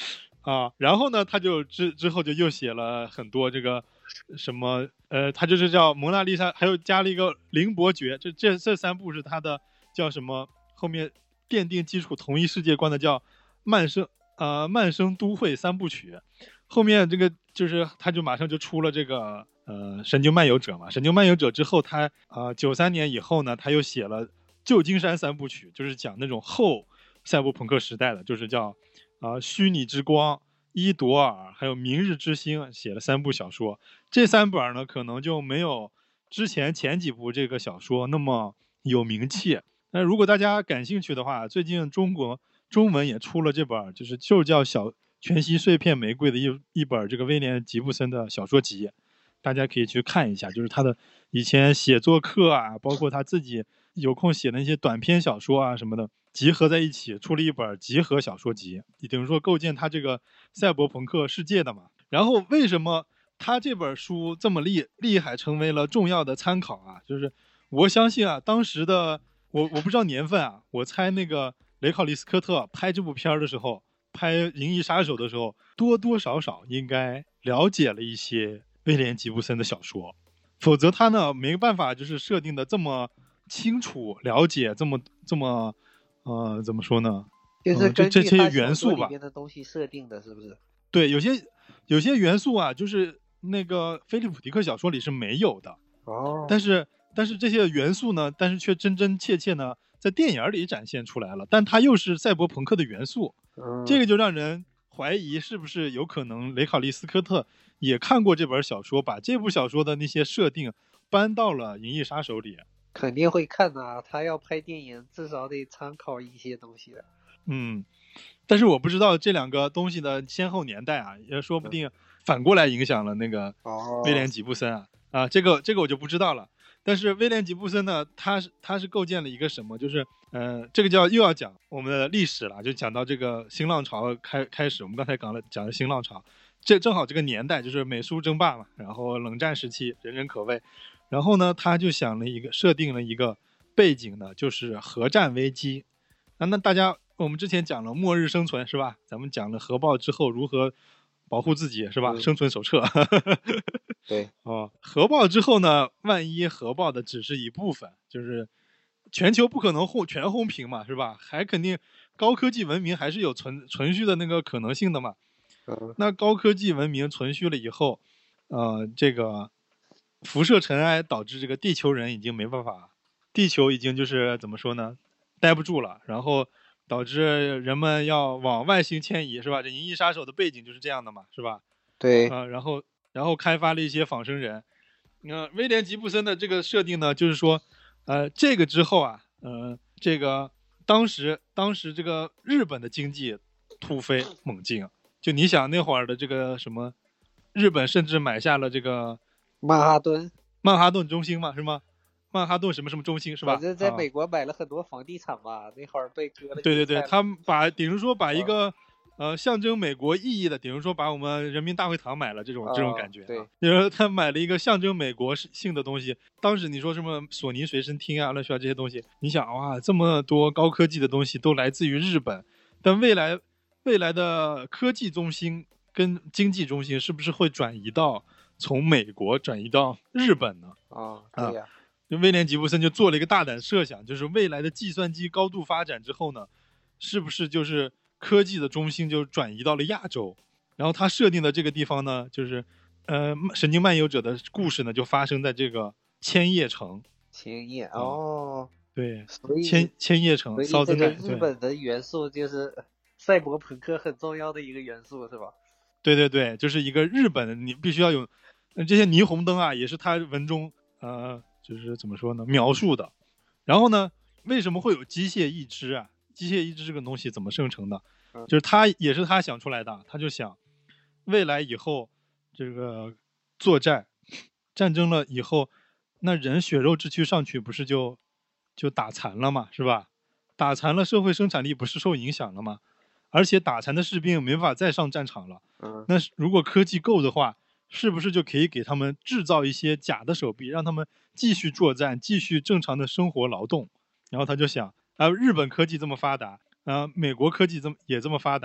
[SPEAKER 1] 啊，然后呢，他就之之后就又写了很多这个什么，呃，他就是叫蒙娜丽莎，还有加了一个凌伯爵，这这这三部是他的叫什么？后面奠定基础同一世界观的叫曼生呃曼生都会三部曲，后面这个就是他就马上就出了这个呃神经漫游者嘛，神经漫游者之后他啊九三年以后呢，他又写了旧金山三部曲，就是讲那种后赛博朋克时代的，就是叫。啊、呃，虚拟之光、伊朵尔，还有明日之星，写了三部小说。这三本呢，可能就没有之前前几部这个小说那么有名气。那如果大家感兴趣的话，最近中国中文也出了这本，就是就叫小全息碎片玫瑰的一一本这个威廉吉布森的小说集，大家可以去看一下。就是他的以前写作课啊，包括他自己有空写的那些短篇小说啊什么的。集合在一起出了一本集合小说集，等于说构建他这个赛博朋克世界的嘛。然后为什么他这本书这么厉厉害，成为了重要的参考啊？就是我相信啊，当时的我我不知道年份啊，我猜那个雷考利斯科特拍这部片的时候，拍《银翼杀手》的时候，多多少少应该了解了一些威廉吉布森的小说，否则他呢没办法就是设定的这么清楚，了解这么这么。呃，怎么说呢？
[SPEAKER 2] 就是根据
[SPEAKER 1] 这些元素吧，
[SPEAKER 2] 里面的东西设定的，是不是？
[SPEAKER 1] 对，有些有些元素啊，就是那个菲利普迪克小说里是没有的
[SPEAKER 2] 哦。
[SPEAKER 1] 但是但是这些元素呢，但是却真真切切呢，在电影里展现出来了。但它又是赛博朋克的元素，
[SPEAKER 2] 嗯、
[SPEAKER 1] 这个就让人怀疑是不是有可能雷考利斯科特也看过这本小说，把这部小说的那些设定搬到了《银翼杀手》里。
[SPEAKER 2] 肯定会看呐、啊，他要拍电影，至少得参考一些东西的。
[SPEAKER 1] 嗯，但是我不知道这两个东西的先后年代啊，也说不定反过来影响了那个威廉吉布森啊、哦、啊，这个这个我就不知道了。但是威廉吉布森呢，他是他是构建了一个什么？就是呃，这个叫又要讲我们的历史了，就讲到这个新浪潮开开始。我们刚才讲了讲的新浪潮，这正好这个年代就是美苏争霸嘛，然后冷战时期人人可畏。然后呢，他就想了一个设定了一个背景呢，就是核战危机。那那大家我们之前讲了末日生存是吧？咱们讲了核爆之后如何保护自己是吧？嗯、生存手册。
[SPEAKER 2] 对
[SPEAKER 1] 哦，核爆之后呢，万一核爆的只是一部分，就是全球不可能轰全轰平嘛，是吧？还肯定高科技文明还是有存存续的那个可能性的嘛。
[SPEAKER 2] 嗯、
[SPEAKER 1] 那高科技文明存续了以后，呃，这个。辐射尘埃导致这个地球人已经没办法，地球已经就是怎么说呢，待不住了，然后导致人们要往外星迁移，是吧？这《银翼杀手》的背景就是这样的嘛，是吧？
[SPEAKER 2] 对。
[SPEAKER 1] 啊、呃，然后然后开发了一些仿生人。那、呃、威廉吉布森的这个设定呢，就是说，呃，这个之后啊，呃，这个当时当时这个日本的经济突飞猛进，就你想那会儿的这个什么，日本甚至买下了这个。
[SPEAKER 2] 曼哈顿，
[SPEAKER 1] 曼哈顿中心嘛，是吗？曼哈顿什么什么中心是吧？
[SPEAKER 2] 反正在美国买了很多房地产嘛，啊、那会儿被割了。
[SPEAKER 1] 对对对，他们把，比如说把一个、嗯、呃象征美国意义的，比如说把我们人民大会堂买了，这种、哦、这种感觉、啊。
[SPEAKER 2] 对，
[SPEAKER 1] 比如说他买了一个象征美国性的东西。当时你说什么索尼随身听啊、乱七八糟这些东西，你想哇，这么多高科技的东西都来自于日本，但未来未来的科技中心跟经济中心是不是会转移到？从美国转移到日本呢？
[SPEAKER 2] 啊，对呀、
[SPEAKER 1] 啊，威廉吉布森就做了一个大胆设想，就是未来的计算机高度发展之后呢，是不是就是科技的中心就转移到了亚洲？然后他设定的这个地方呢，就是呃，神经漫游者的故事呢，就发生在这个千叶城。
[SPEAKER 2] 千叶哦，
[SPEAKER 1] 对，千千叶城。
[SPEAKER 2] 所以这个日本的元素就是赛博朋克很重要的一个元素，是吧？
[SPEAKER 1] 对对对，就是一个日本，你必须要有。这些霓虹灯啊，也是他文中呃，就是怎么说呢，描述的。然后呢，为什么会有机械义肢啊？机械义肢这个东西怎么生成的？就是他也是他想出来的。他就想，未来以后这个作战战争了以后，那人血肉之躯上去不是就就打残了嘛，是吧？打残了，社会生产力不是受影响了吗？而且打残的士兵没法再上战场了。那如果科技够的话。是不是就可以给他们制造一些假的手臂，让他们继续作战，继续正常的生活劳动？然后他就想啊，日本科技这么发达，啊，美国科技这么也这么发达，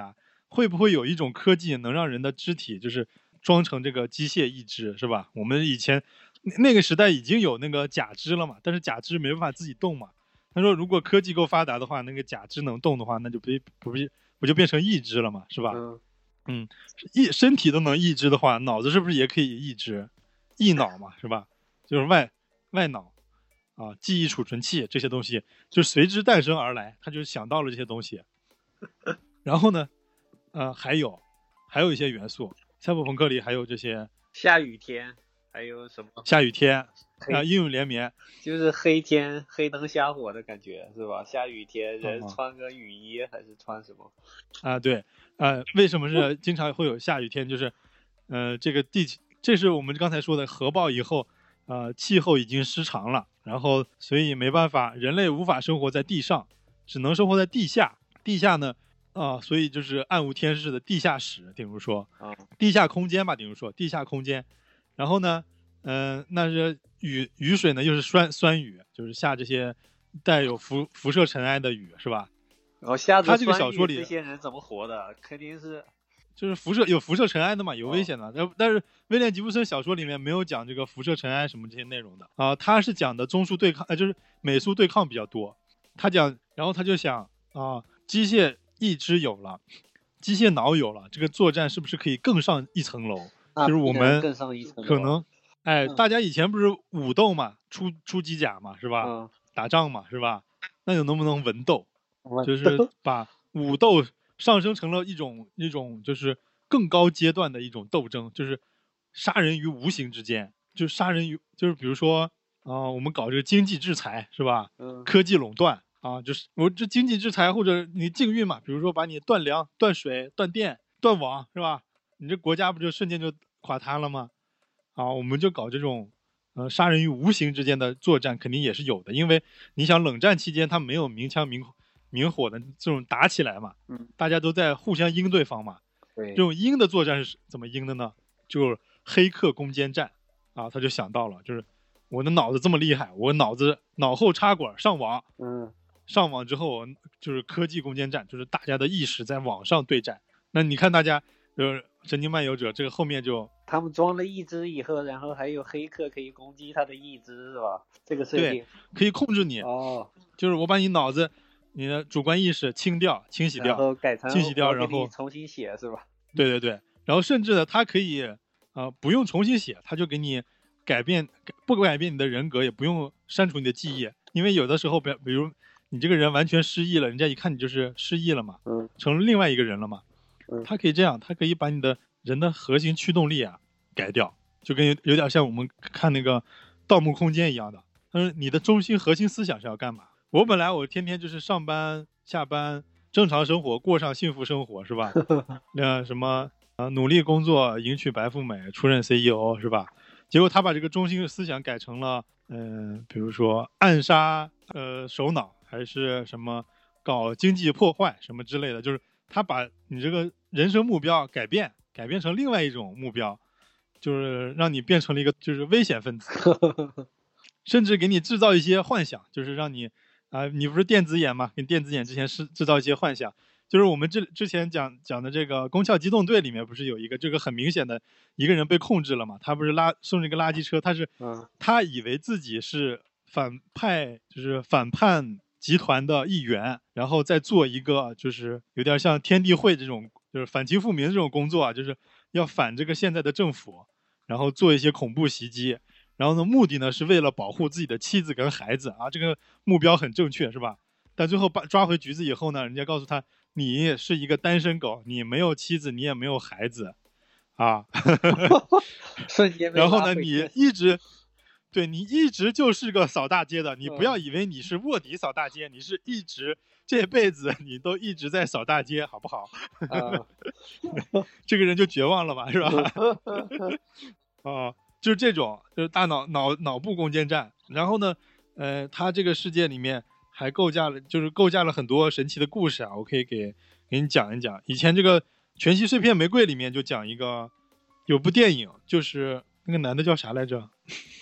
[SPEAKER 1] 会不会有一种科技能让人的肢体就是装成这个机械义肢，是吧？我们以前那个时代已经有那个假肢了嘛，但是假肢没办法自己动嘛。他说，如果科技够发达的话，那个假肢能动的话，那就不不不就变成义肢了嘛，是吧？
[SPEAKER 2] 嗯
[SPEAKER 1] 嗯，义身体都能义肢的话，脑子是不是也可以义肢？义脑嘛，是吧？就是外外脑啊，记忆储存器这些东西就随之诞生而来，他就想到了这些东西。然后呢，呃，还有还有一些元素，赛博朋克里还有这些
[SPEAKER 2] 下雨天，还有什么
[SPEAKER 1] 下雨天啊，阴雨连绵，
[SPEAKER 2] 就是黑天黑灯瞎火的感觉，是吧？下雨天人
[SPEAKER 1] 嗯
[SPEAKER 2] 穿个雨衣还是穿什么？
[SPEAKER 1] 啊，对，呃，为什么是经常会有下雨天？就是，呃，这个地，这是我们刚才说的核爆以后，呃，气候已经失常了，然后所以没办法，人类无法生活在地上，只能生活在地下。地下呢，啊、所以就是暗无天日的地下室，比如说
[SPEAKER 2] 啊，
[SPEAKER 1] 地下空间吧，比如说地下空间。然后呢，嗯、那是雨雨水呢，又是酸酸雨，就是下这些带有辐辐射尘埃的雨，是吧？
[SPEAKER 2] 然后下着
[SPEAKER 1] 他这个
[SPEAKER 2] 酸雨
[SPEAKER 1] 小说里
[SPEAKER 2] 这些人怎么活的？肯定是
[SPEAKER 1] 就是辐射有辐射尘埃的嘛，有危险的。但、但是威廉吉布森小说里面没有讲这个辐射尘埃什么这些内容的啊、他是讲的中枢对抗，呃，就是美苏对抗比较多。他讲，然后他就想啊、机械义肢有了，机械脑有了，这个作战是不是可以更上一层楼？
[SPEAKER 2] 那
[SPEAKER 1] 就是我们
[SPEAKER 2] 更上一层楼
[SPEAKER 1] 可能，哎，
[SPEAKER 2] 嗯
[SPEAKER 1] 大家以前不是武斗嘛，出出机甲嘛，是吧？
[SPEAKER 2] 嗯，
[SPEAKER 1] 打仗嘛，是吧？那你能不能文斗？
[SPEAKER 2] 我
[SPEAKER 1] 就是把武斗上升成了一种一种就是更高阶段的一种斗争，就是杀人于无形之间，就是杀人于就是比如说啊、我们搞这个经济制裁是吧？
[SPEAKER 2] 嗯
[SPEAKER 1] 科技垄断啊，就是我这经济制裁或者你禁运嘛，比如说把你断粮、断水、断电、断网是吧？你这国家不就瞬间就垮塌了吗？啊，我们就搞这种呃杀人于无形之间的作战，肯定也是有的，因为你想冷战期间他没有明枪明明火的这种打起来嘛，
[SPEAKER 2] 嗯，
[SPEAKER 1] 大家都在互相阴对方嘛。
[SPEAKER 2] 对
[SPEAKER 1] 这，种阴的作战是怎么阴的呢？就是黑客攻坚战啊，他就想到了，就是我的脑子这么厉害，我脑子脑后插管上网，
[SPEAKER 2] 嗯
[SPEAKER 1] 上网之后就是科技攻坚战，就是大家的意识在网上对战。那你看大家就是神经漫游者这个后面就
[SPEAKER 2] 他们装了义肢以后，然后还有黑客可以攻击他的义肢，是吧？这个设定
[SPEAKER 1] 对可以控制你，
[SPEAKER 2] 哦，
[SPEAKER 1] 就是我把你脑子你的主观意识清掉、清洗
[SPEAKER 2] 然
[SPEAKER 1] 掉，
[SPEAKER 2] 后改成
[SPEAKER 1] 清洗掉，
[SPEAKER 2] 我给
[SPEAKER 1] 然后
[SPEAKER 2] 你重新写是吧？
[SPEAKER 1] 对对对，然后甚至呢，它可以啊、呃不用重新写，它就给你改变，不改变你的人格，也不用删除你的记忆，因为有的时候，比比如你这个人完全失忆了，人家一看你就是失忆了嘛，
[SPEAKER 2] 嗯
[SPEAKER 1] 成了另外一个人了嘛，
[SPEAKER 2] 嗯
[SPEAKER 1] 它可以这样，它可以把你的人的核心驱动力啊改掉，就跟有有点像我们看那个《盗墓空间》一样的，但是你的中心核心思想是要干嘛？我本来我天天就是上班下班。正常生活，过上幸福生活是吧？那什么啊、呃，努力工作，迎娶白富美，出任 C E O 是吧？结果他把这个中心思想改成了，嗯、呃，比如说暗杀呃首脑，还是什么搞经济破坏什么之类的，就是他把你这个人生目标改变，改变成另外一种目标，就是让你变成了一个就是危险分子，甚至给你制造一些幻想，就是让你。啊、呃，你不是电子眼吗？跟电子眼之前是制造一些幻想，就是我们之之前讲讲的这个《攻壳机动队》里面不是有一个这个很明显的一个人被控制了嘛？他不是拉送这个垃圾车，他是，他以为自己是反派，就是反叛集团的一员，然后再做一个就是有点像天地会这种，就是反清复明这种工作啊，就是要反这个现在的政府，然后做一些恐怖袭击。然后呢，目的呢是为了保护自己的妻子跟孩子啊，这个目标很正确，是吧？但最后把抓回局子以后呢，人家告诉他，你是一个单身狗，你没有妻子，你也没有孩子，啊，
[SPEAKER 2] 瞬间。
[SPEAKER 1] 然后呢，你一直，对你一直就是个扫大街的，你不要以为你是卧底扫大街，你是一直这辈子你都一直在扫大街，好不好？
[SPEAKER 2] 啊、
[SPEAKER 1] 这个人就绝望了嘛，是吧？啊。就是这种，就是大脑脑脑部攻坚战。然后呢，呃，它这个世界里面还构架了，就是构架了很多神奇的故事啊。我可以给给你讲一讲。以前这个《全息碎片玫瑰》里面就讲一个，有部电影，就是那个男的叫啥来着？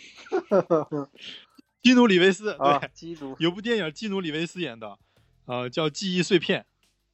[SPEAKER 1] 基努里维斯，对，
[SPEAKER 2] 啊、基努
[SPEAKER 1] 有部电影基努里维斯演的，呃，叫《记忆碎片》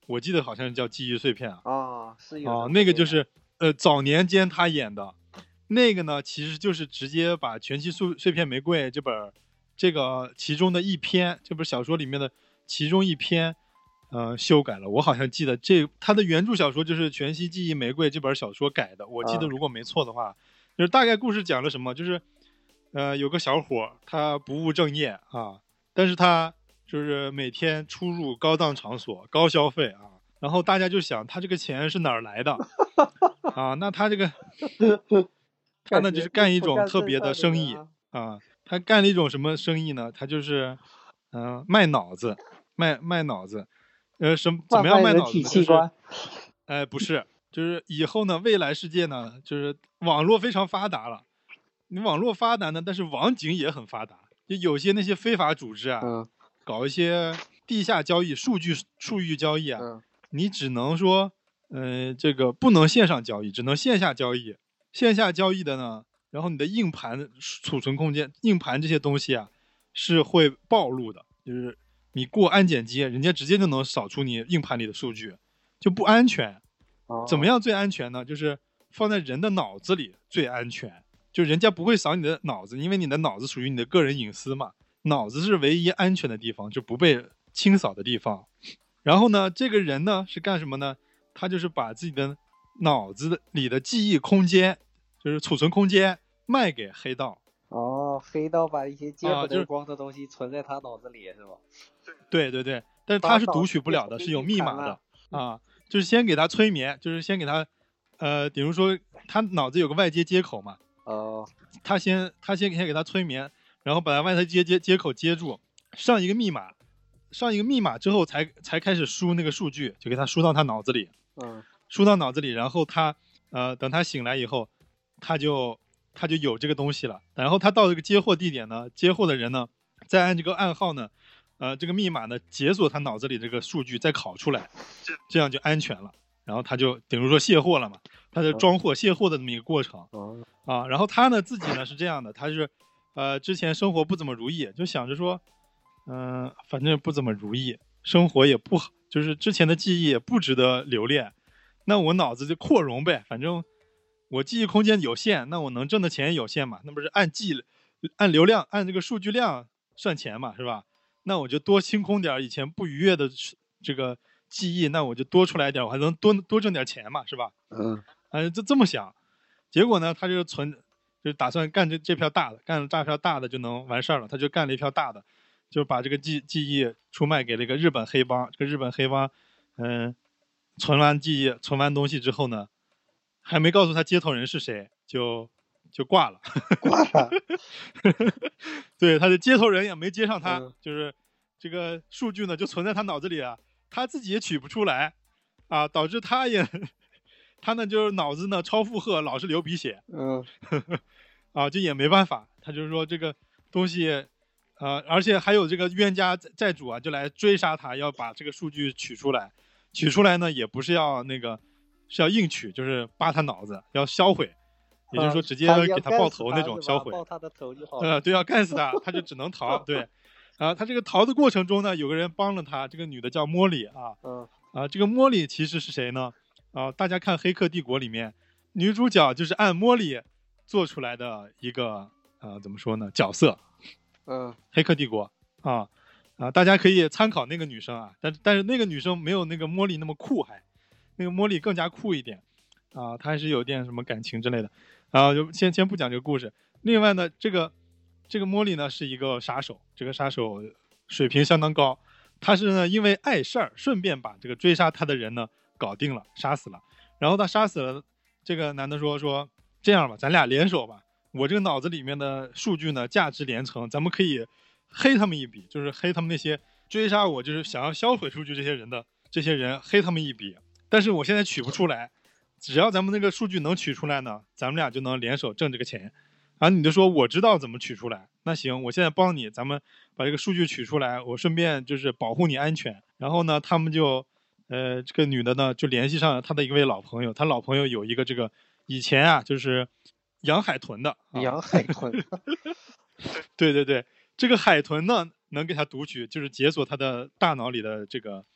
[SPEAKER 1] 我记得好像是叫记忆碎片啊。
[SPEAKER 2] 哦，是有
[SPEAKER 1] 啊，那个就是呃早年间他演的，那个呢其实就是直接把《全息碎碎片玫瑰》这本这个其中的一篇，这本小说里面的其中一篇，呃修改了。我好像记得这他的原著小说就是《全息记忆玫瑰》这本小说改的，我记得如果没错的话，就是大概故事讲了什么，就是呃有个小伙他不务正业啊，但是他就是每天出入高档场所，高消费啊。然后大家就想他这个钱是哪儿来的啊？那他这个他呢就是干一种特别的生意啊，他干了一种什么生意呢？他就是嗯、呃、卖脑子，卖卖脑子，呃什么怎么样卖脑子呢？就是哎、呃、不是，就是以后呢未来世界呢就是网络非常发达了，你网络发达呢，但是网警也很发达，就有些那些非法组织啊，
[SPEAKER 2] 嗯、
[SPEAKER 1] 搞一些地下交易、数据数据交易啊。
[SPEAKER 2] 嗯
[SPEAKER 1] 你只能说，呃，这个不能线上交易，只能线下交易。线下交易的呢，然后你的硬盘储存空间、硬盘这些东西啊，是会暴露的。就是你过安检机，人家直接就能扫出你硬盘里的数据，就不安全。怎么样最安全呢？就是放在人的脑子里最安全。就人家不会扫你的脑子，因为你的脑子属于你的个人隐私嘛。脑子是唯一安全的地方，就不被清扫的地方。然后呢，这个人呢是干什么呢？他就是把自己的脑子里的记忆空间，就是储存空间卖给黑道。
[SPEAKER 2] 哦，黑道把一些见不得光的东西存在他脑子里、啊、是吧？
[SPEAKER 1] 对对对，但是他是读取不了的，是有密码的啊。就是先给他催眠，就是先给他，呃，比如说他脑子有个外接接口嘛，
[SPEAKER 2] 哦，
[SPEAKER 1] 他先他先先给他催眠，然后把他外接接接接口接住，上一个密码。上一个密码之后才才开始输那个数据，就给他输到他脑子里，
[SPEAKER 2] 嗯，
[SPEAKER 1] 输到脑子里，然后他呃等他醒来以后，他就他就有这个东西了。然后他到这个接货地点呢，接货的人呢，再按这个暗号呢，呃这个密码呢解锁他脑子里这个数据，再拷出来，这样就安全了。然后他就等于说卸货了嘛，他就装货卸货的这么一个过程啊。然后他呢自己呢是这样的，他是呃之前生活不怎么如意，就想着说。嗯、呃，反正不怎么如意，生活也不好，就是之前的记忆也不值得留恋，那我脑子就扩容呗，反正我记忆空间有限，那我能挣的钱也有限嘛，那不是按记按流量按这个数据量算钱嘛，是吧？那我就多清空点以前不愉悦的这个记忆，那我就多出来点，我还能多多挣点钱嘛，是吧？
[SPEAKER 2] 嗯，
[SPEAKER 1] 哎，就这么想，结果呢，他就存，就打算干这这票大的，干了这票大的就能完事儿了，他就干了一票大的。就把这个记记忆出卖给了一个日本黑帮，这个日本黑帮，嗯、呃，存完记忆、存完东西之后呢，还没告诉他接头人是谁，就就挂了。
[SPEAKER 2] 挂了。
[SPEAKER 1] 对，他的接头人也没接上他，
[SPEAKER 2] 嗯、
[SPEAKER 1] 就是这个数据呢就存在他脑子里啊，他自己也取不出来，啊，导致他也他呢就是脑子呢超负荷，老是流鼻血。
[SPEAKER 2] 嗯，
[SPEAKER 1] 啊，就也没办法，他就是说这个东西。呃，而且还有这个冤家债主啊，就来追杀他，要把这个数据取出来。取出来呢，也不是要那个，是要硬取，就是扒他脑子，要销毁，也就是说直接给他爆头那种销毁。
[SPEAKER 2] 爆他的头就好了。
[SPEAKER 1] 呃，对，要干死他，他就只能逃。对，啊，他这个逃的过程中呢，有个人帮了他，这个女的叫莫莉啊。
[SPEAKER 2] 嗯。
[SPEAKER 1] 啊，这个莫莉其实是谁呢？啊，大家看《黑客帝国》里面，女主角就是按莫莉做出来的一个呃，怎么说呢，角色。
[SPEAKER 2] 嗯，
[SPEAKER 1] 黑客帝国啊啊，大家可以参考那个女生啊，但但是那个女生没有那个茉莉那么酷，还那个茉莉更加酷一点啊，她还是有点什么感情之类的啊，就先先不讲这个故事。另外呢，这个这个茉莉呢是一个杀手，这个杀手水平相当高，他是呢因为碍事儿，顺便把这个追杀他的人呢搞定了，杀死了。然后他杀死了这个男的说说这样吧，咱俩联手吧。我这个脑子里面的数据呢，价值连城，咱们可以黑他们一笔，就是黑他们那些追杀我，就是想要销毁数据这些人的这些人，黑他们一笔。但是我现在取不出来，只要咱们那个数据能取出来呢，咱们俩就能联手挣这个钱。然后你就说我知道怎么取出来，那行，我现在帮你，咱们把这个数据取出来，我顺便就是保护你安全。然后呢，他们就，呃，这个女的呢就联系上了她的一位老朋友，她老朋友有一个这个以前啊就是养海豚的，
[SPEAKER 2] 啊、养海豚。
[SPEAKER 1] 对对对，这个海豚呢能给他读取，就是解锁他的大脑里的这个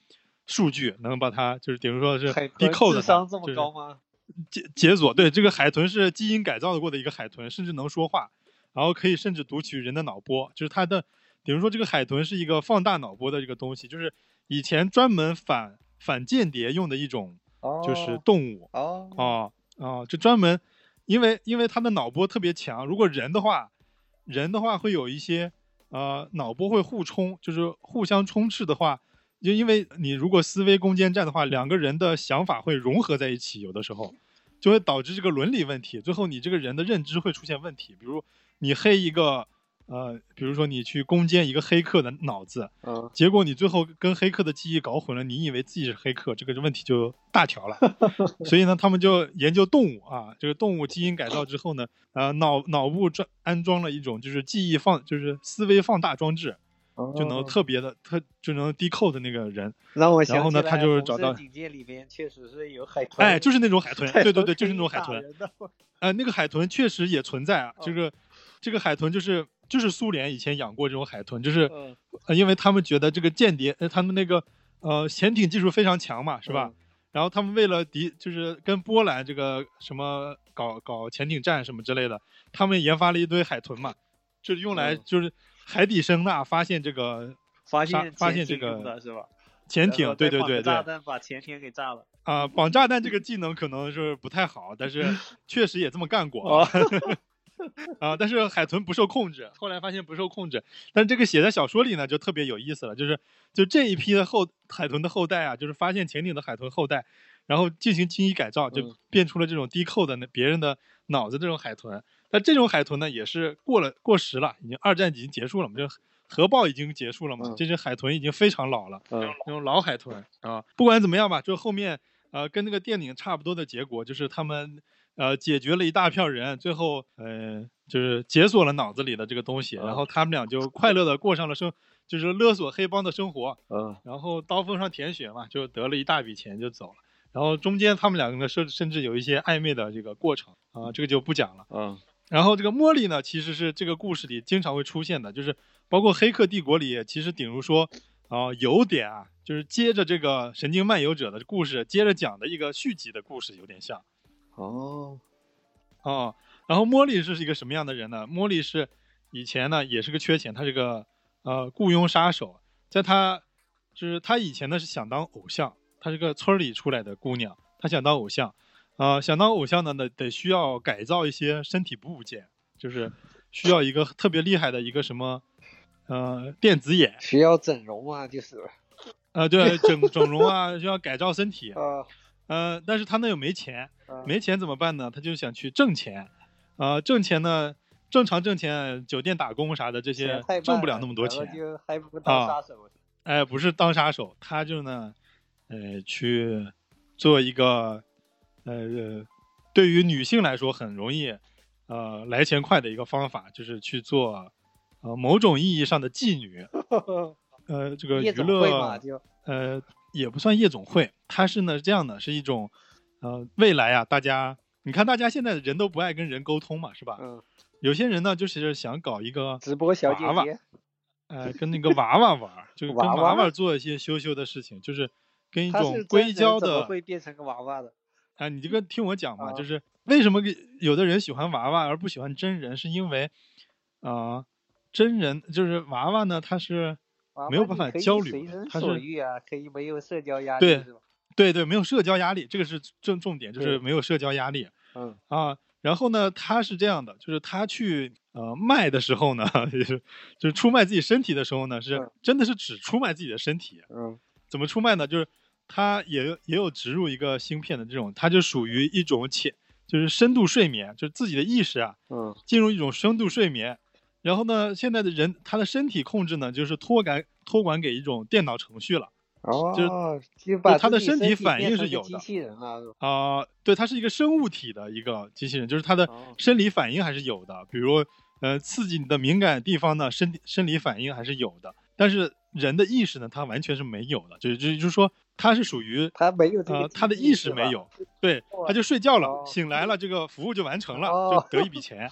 [SPEAKER 1] 数据，能把它就是比如说是
[SPEAKER 2] 海豚
[SPEAKER 1] decode
[SPEAKER 2] 智商这么高吗？
[SPEAKER 1] 解解锁。对，这个海豚是基因改造过的一个海豚，甚至能说话，然后可以甚至读取人的脑波，就是它的，比如说这个海豚是一个放大脑波的这个东西，就是以前专门反反间谍用的一种就是动物。
[SPEAKER 2] 哦
[SPEAKER 1] 哦哦，就专门因为因为它的脑波特别强，如果人的话人的话会有一些呃脑波会互冲，就是互相冲刺的话，就因为你如果思维攻坚战的话，两个人的想法会融合在一起，有的时候就会导致这个伦理问题，最后你这个人的认知会出现问题。比如你黑一个呃，比如说你去攻坚一个黑客的脑子，
[SPEAKER 2] 嗯，
[SPEAKER 1] 结果你最后跟黑客的记忆搞混了，你以为自己是黑客，这个问题就大条了。所以呢，他们就研究动物啊，这个动物基因改造之后呢，呃，脑脑部装安装了一种就是记忆放，就是思维放大装置，就能特别的特就能 decode 那个人。
[SPEAKER 2] 让我想
[SPEAKER 1] 然后呢，他就是找到
[SPEAKER 2] 警戒里面确实是有海豚，
[SPEAKER 1] 哎，就是那种海豚，
[SPEAKER 2] 海豚
[SPEAKER 1] 对对对，就是那种海豚。呃，那个海豚确实也存在啊，这个这个海豚就是就是苏联以前养过这种海豚，就是呃，因为他们觉得这个间谍，呃，他们那个呃潜艇技术非常强嘛，是吧？
[SPEAKER 2] 嗯、
[SPEAKER 1] 然后他们为了敌，就是跟波兰这个什么搞搞潜艇战什么之类的，他们研发了一堆海豚嘛，就是用来就是海底声呐发现这个
[SPEAKER 2] 发现
[SPEAKER 1] 发现这个
[SPEAKER 2] 的是吧？
[SPEAKER 1] 潜艇，对对对对，
[SPEAKER 2] 炸弹把潜艇给炸了
[SPEAKER 1] 啊、呃！绑炸弹这个技能可能是不太好，但是确实也这么干过。啊、呃，但是海豚不受控制，后来发现不受控制。但是这个写在小说里呢，就特别有意思了，就是就这一批的后海豚的后代啊，就是发现潜艇的海豚后代，然后进行基因改造，就变出了这种decode的别人的脑子这种海豚。但这种海豚呢，也是过了过时了，已经二战已经结束了嘛，就核爆已经结束了嘛，
[SPEAKER 2] 嗯、
[SPEAKER 1] 这只海豚已经非常老了，
[SPEAKER 2] 嗯，
[SPEAKER 1] 那种老海豚啊。不管怎么样吧，就后面呃跟那个电影差不多的结果，就是他们呃解决了一大票人，最后呃就是解锁了脑子里的这个东西，
[SPEAKER 2] 嗯、
[SPEAKER 1] 然后他们俩就快乐的过上了生，就是勒索黑帮的生活，
[SPEAKER 2] 嗯，
[SPEAKER 1] 然后刀锋上舔血嘛，就得了一大笔钱就走了。然后中间他们两个呢，甚甚至有一些暧昧的这个过程啊，这个就不讲了。
[SPEAKER 2] 嗯。
[SPEAKER 1] 然后这个茉莉呢，其实是这个故事里经常会出现的，就是包括《黑客帝国》里，其实顶如说啊、呃，有点啊，就是接着这个《神经漫游者》的故事接着讲的一个续集的故事，有点像。
[SPEAKER 2] 哦，
[SPEAKER 1] 哦，然后茉莉是一个什么样的人呢？茉莉是以前呢也是个缺钱，她是个呃雇佣杀手，在她就是她以前呢是想当偶像，她是个村里出来的姑娘，她想当偶像。啊、呃，想当偶像呢，得得需要改造一些身体部件，就是需要一个特别厉害的一个什么，呃，电子眼，
[SPEAKER 2] 需要整容啊，就是，
[SPEAKER 1] 呃，对，整整容啊，需要改造身体，
[SPEAKER 2] 啊，
[SPEAKER 1] 呃，但是他那又没钱，没钱怎么办呢？他就想去挣钱，啊、呃，挣钱呢，正常挣钱，酒店打工啥的这些挣不了那么多钱，
[SPEAKER 2] 就还不当杀手，
[SPEAKER 1] 啊，哎，不是当杀手，他就呢，呃，去做一个。呃，对于女性来说很容易，呃，来钱快的一个方法就是去做，呃，某种意义上的妓女，呃，这个娱乐，呃，也不算夜总会，它是呢这样的，是一种，呃，未来啊，大家，你看大家现在人都不爱跟人沟通嘛，是吧？
[SPEAKER 2] 嗯。
[SPEAKER 1] 有些人呢就是想搞一个
[SPEAKER 2] 直播小姐姐，
[SPEAKER 1] 呃，跟那个娃娃玩，就是跟娃娃做一些羞羞的事情，就是跟一种硅胶的，
[SPEAKER 2] 怎么会变成个娃娃的？
[SPEAKER 1] 啊，你这个听我讲嘛，
[SPEAKER 2] 啊、
[SPEAKER 1] 就是为什么有的人喜欢娃娃而不喜欢真人，是因为，啊、呃，真人就是娃娃呢，他是没有办法交流，他是
[SPEAKER 2] 啊，可以没有社交压力，
[SPEAKER 1] 对，对对，没有社交压力，这个是正重点，就是没有社交压力。
[SPEAKER 2] 嗯
[SPEAKER 1] 啊，然后呢，他是这样的，就是他去呃卖的时候呢，就是就是出卖自己身体的时候呢，是、
[SPEAKER 2] 嗯、
[SPEAKER 1] 真的是只出卖自己的身体。
[SPEAKER 2] 嗯，
[SPEAKER 1] 怎么出卖呢？就是。它也也有植入一个芯片的这种，它就属于一种潜，就是深度睡眠，就是自己的意识啊，
[SPEAKER 2] 嗯，
[SPEAKER 1] 进入一种深度睡眠。然后呢，现在的人他的身体控制呢，就是托管托管给一种电脑程序了。
[SPEAKER 2] 哦，
[SPEAKER 1] 就是
[SPEAKER 2] 把
[SPEAKER 1] 他的身体反应是有的。
[SPEAKER 2] 机器人啊，
[SPEAKER 1] 啊、呃，对，它是一个生物体的一个机器人，就是它的生理反应还是有的，比如呃刺激你的敏感地方呢，身体生理反应还是有的，但是人的意识呢，它完全是没有的，就就就是说。他是属于
[SPEAKER 2] 他没有
[SPEAKER 1] 呃，他的意识没有，对，他就睡觉了，醒来了，这个服务就完成了，
[SPEAKER 2] 哦、
[SPEAKER 1] 就得一笔钱，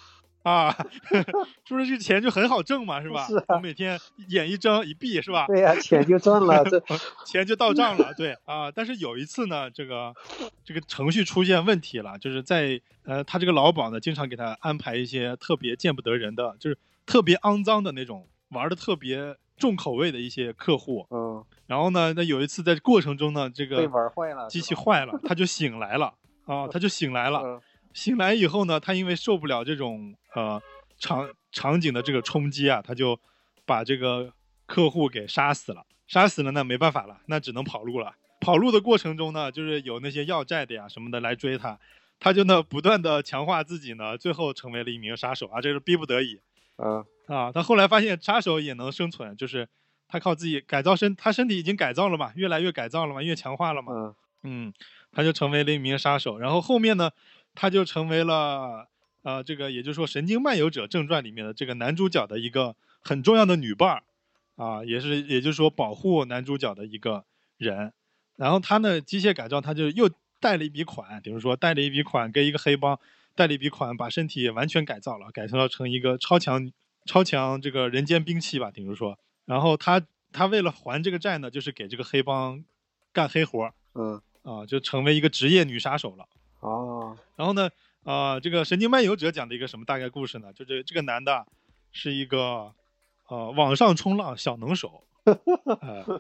[SPEAKER 1] 啊，是不是这钱就很好挣嘛，是吧？
[SPEAKER 2] 是啊，
[SPEAKER 1] 我每天眼一睁一闭，是吧？
[SPEAKER 2] 对呀、啊，钱就赚了，这
[SPEAKER 1] 钱就到账了，对啊。但是有一次呢，这个这个程序出现问题了，就是在呃，他这个老鸨呢，经常给他安排一些特别见不得人的，就是特别肮脏的那种，玩的特别重口味的一些客户。
[SPEAKER 2] 嗯。
[SPEAKER 1] 然后呢，那有一次在过程中呢，这个
[SPEAKER 2] 被玩坏了，
[SPEAKER 1] 机器坏了，他就醒来了啊，他就醒来了。
[SPEAKER 2] 嗯
[SPEAKER 1] 醒来以后呢，他因为受不了这种呃场场景的这个冲击啊，他就把这个客户给杀死了。杀死了呢，没办法了，那只能跑路了。跑路的过程中呢，就是有那些要债的呀什么的来追他，他就呢不断的强化自己呢，最后成为了一名杀手啊，这是逼不得已。
[SPEAKER 2] 嗯
[SPEAKER 1] 啊，他后来发现杀手也能生存，就是他靠自己改造身，他身体已经改造了嘛，越来越改造了嘛，越强化了嘛。
[SPEAKER 2] 嗯
[SPEAKER 1] 嗯，他就成为了一名杀手。然后后面呢，他就成为了呃，这个也就是说《神经漫游者正传》里面的这个男主角的一个很重要的女伴儿啊，也是也就是说保护男主角的一个人。然后他呢，机械改造，他就又贷了一笔款，比如说贷了一笔款给一个黑帮，贷了一笔款把身体完全改造了，改造成一个超强超强这个人间兵器吧，比如说。然后他他为了还这个债呢，就是给这个黑帮干黑活，
[SPEAKER 2] 嗯
[SPEAKER 1] 啊，就成为一个职业女杀手了。
[SPEAKER 2] 哦，
[SPEAKER 1] 然后呢，啊，这个《神经漫游者》讲的一个什么大概故事呢？就这这个男的是一个呃网上冲浪小能手，呃，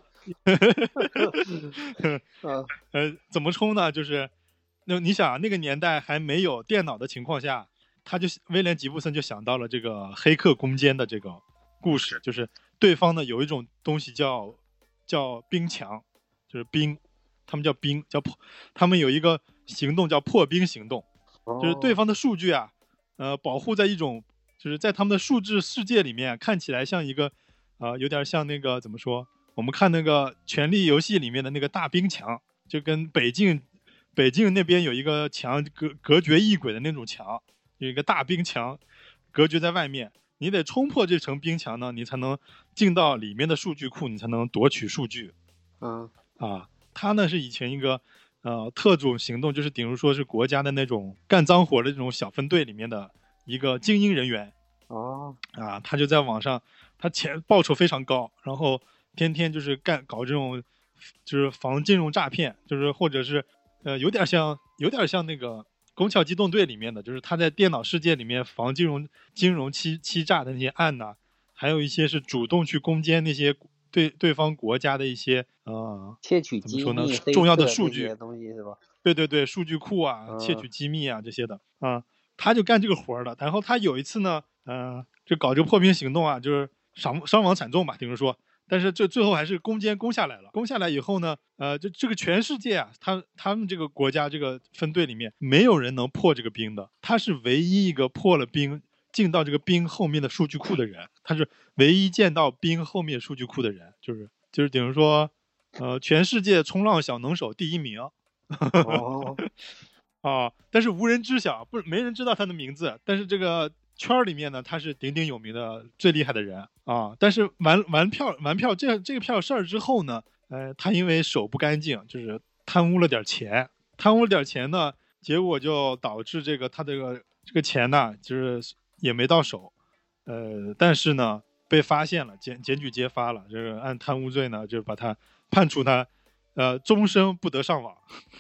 [SPEAKER 1] 呃，怎么冲呢？就是那你想那个年代还没有电脑的情况下，他就威廉吉布森就想到了这个黑客攻坚的这个故事，就是对方呢有一种东西叫叫冰墙，就是冰，他们叫冰，叫破，他们有一个行动叫破冰行动，就是对方的数据啊，呃，保护在一种就是在他们的数字世界里面看起来像一个，呃，有点像那个怎么说？我们看那个《权力游戏》里面的那个大冰墙，就跟北境北境那边有一个墙隔隔绝异鬼的那种墙，有一个大冰墙隔绝在外面。你得冲破这层冰墙呢，你才能进到里面的数据库，你才能夺取数据。
[SPEAKER 2] 嗯
[SPEAKER 1] 啊，他呢是以前一个呃特种行动，就是比如说是国家的那种干脏活的这种小分队里面的一个精英人员。
[SPEAKER 2] 哦
[SPEAKER 1] 啊，他就在网上，他钱报酬非常高，然后天天就是干搞这种就是防金融诈骗，就是或者是呃有点像有点像那个攻壳机动队里面的，就是他在电脑世界里面防金融金融欺欺诈的那些案呐、还有一些是主动去攻坚那些对对方国家的一些呃
[SPEAKER 2] 窃取机
[SPEAKER 1] 怎么说呢
[SPEAKER 2] 密、
[SPEAKER 1] 重要的
[SPEAKER 2] 黑客
[SPEAKER 1] 数据
[SPEAKER 2] 这些东西是吧？
[SPEAKER 1] 对对对，数据库啊，
[SPEAKER 2] 嗯
[SPEAKER 1] 窃取机密啊这些的啊，他就干这个活儿的。然后他有一次呢，呃，就搞这个破冰行动啊，就是伤伤亡惨重吧，听说。但是这最后还是攻坚攻下来了。攻下来以后呢，呃，就这个全世界啊，他他们这个国家这个分队里面没有人能破这个冰的，他是唯一一个破了冰进到这个冰后面的数据库的人，他是唯一见到冰后面数据库的人，就是就是等于说，呃，全世界冲浪小能手第一名。
[SPEAKER 2] 哦
[SPEAKER 1] 啊，但是无人知晓，不没人知道他的名字。但是这个圈儿里面呢，他是鼎鼎有名的最厉害的人啊。但是完完票完票这这个票事儿之后呢，呃，他因为手不干净，就是贪污了点钱，贪污了点钱呢，结果就导致这个他这个这个钱呢，就是也没到手，呃，但是呢被发现了，检检举揭发了，这个按贪污罪呢，就把他判处他，呃，终身不得上网。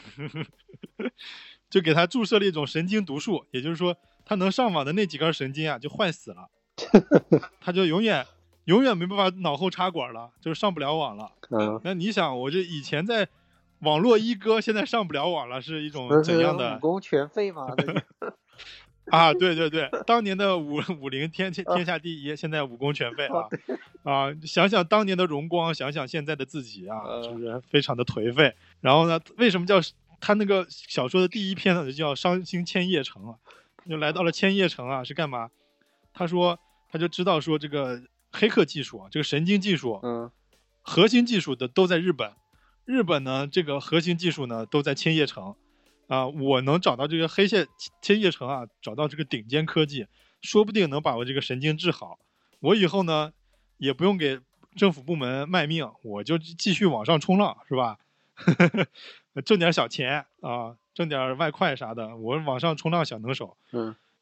[SPEAKER 1] 就给他注射了一种神经毒素，也就是说，他能上网的那几根神经啊就坏死了，他就永远永远没办法脑后插管了，就是上不了网了。
[SPEAKER 2] 嗯，
[SPEAKER 1] 那你想，我这以前在网络一哥，现在上不了网了，是一种
[SPEAKER 2] 那是
[SPEAKER 1] 怎样的
[SPEAKER 2] 武功全废吗？这是
[SPEAKER 1] 啊？对对对，当年的武武林天天下第一，现在武功全废啊啊！想想当年的荣光，想想现在的自己啊，就是非常的颓废。然后呢，为什么叫？他那个小说的第一篇呢，就叫《伤心千叶城》啊，他就来到了千叶城啊，是干嘛？他说，他就知道说这个黑客技术啊，这个神经技术，
[SPEAKER 2] 嗯，
[SPEAKER 1] 核心技术的都在日本，日本呢，这个核心技术呢都在千叶城，啊，我能找到这个黑线千叶城啊，找到这个顶尖科技，说不定能把我这个神经治好，我以后呢也不用给政府部门卖命，我就继续往上冲浪，是吧？挣点小钱啊，挣点外快啥的，我网上冲浪小能手。
[SPEAKER 2] 嗯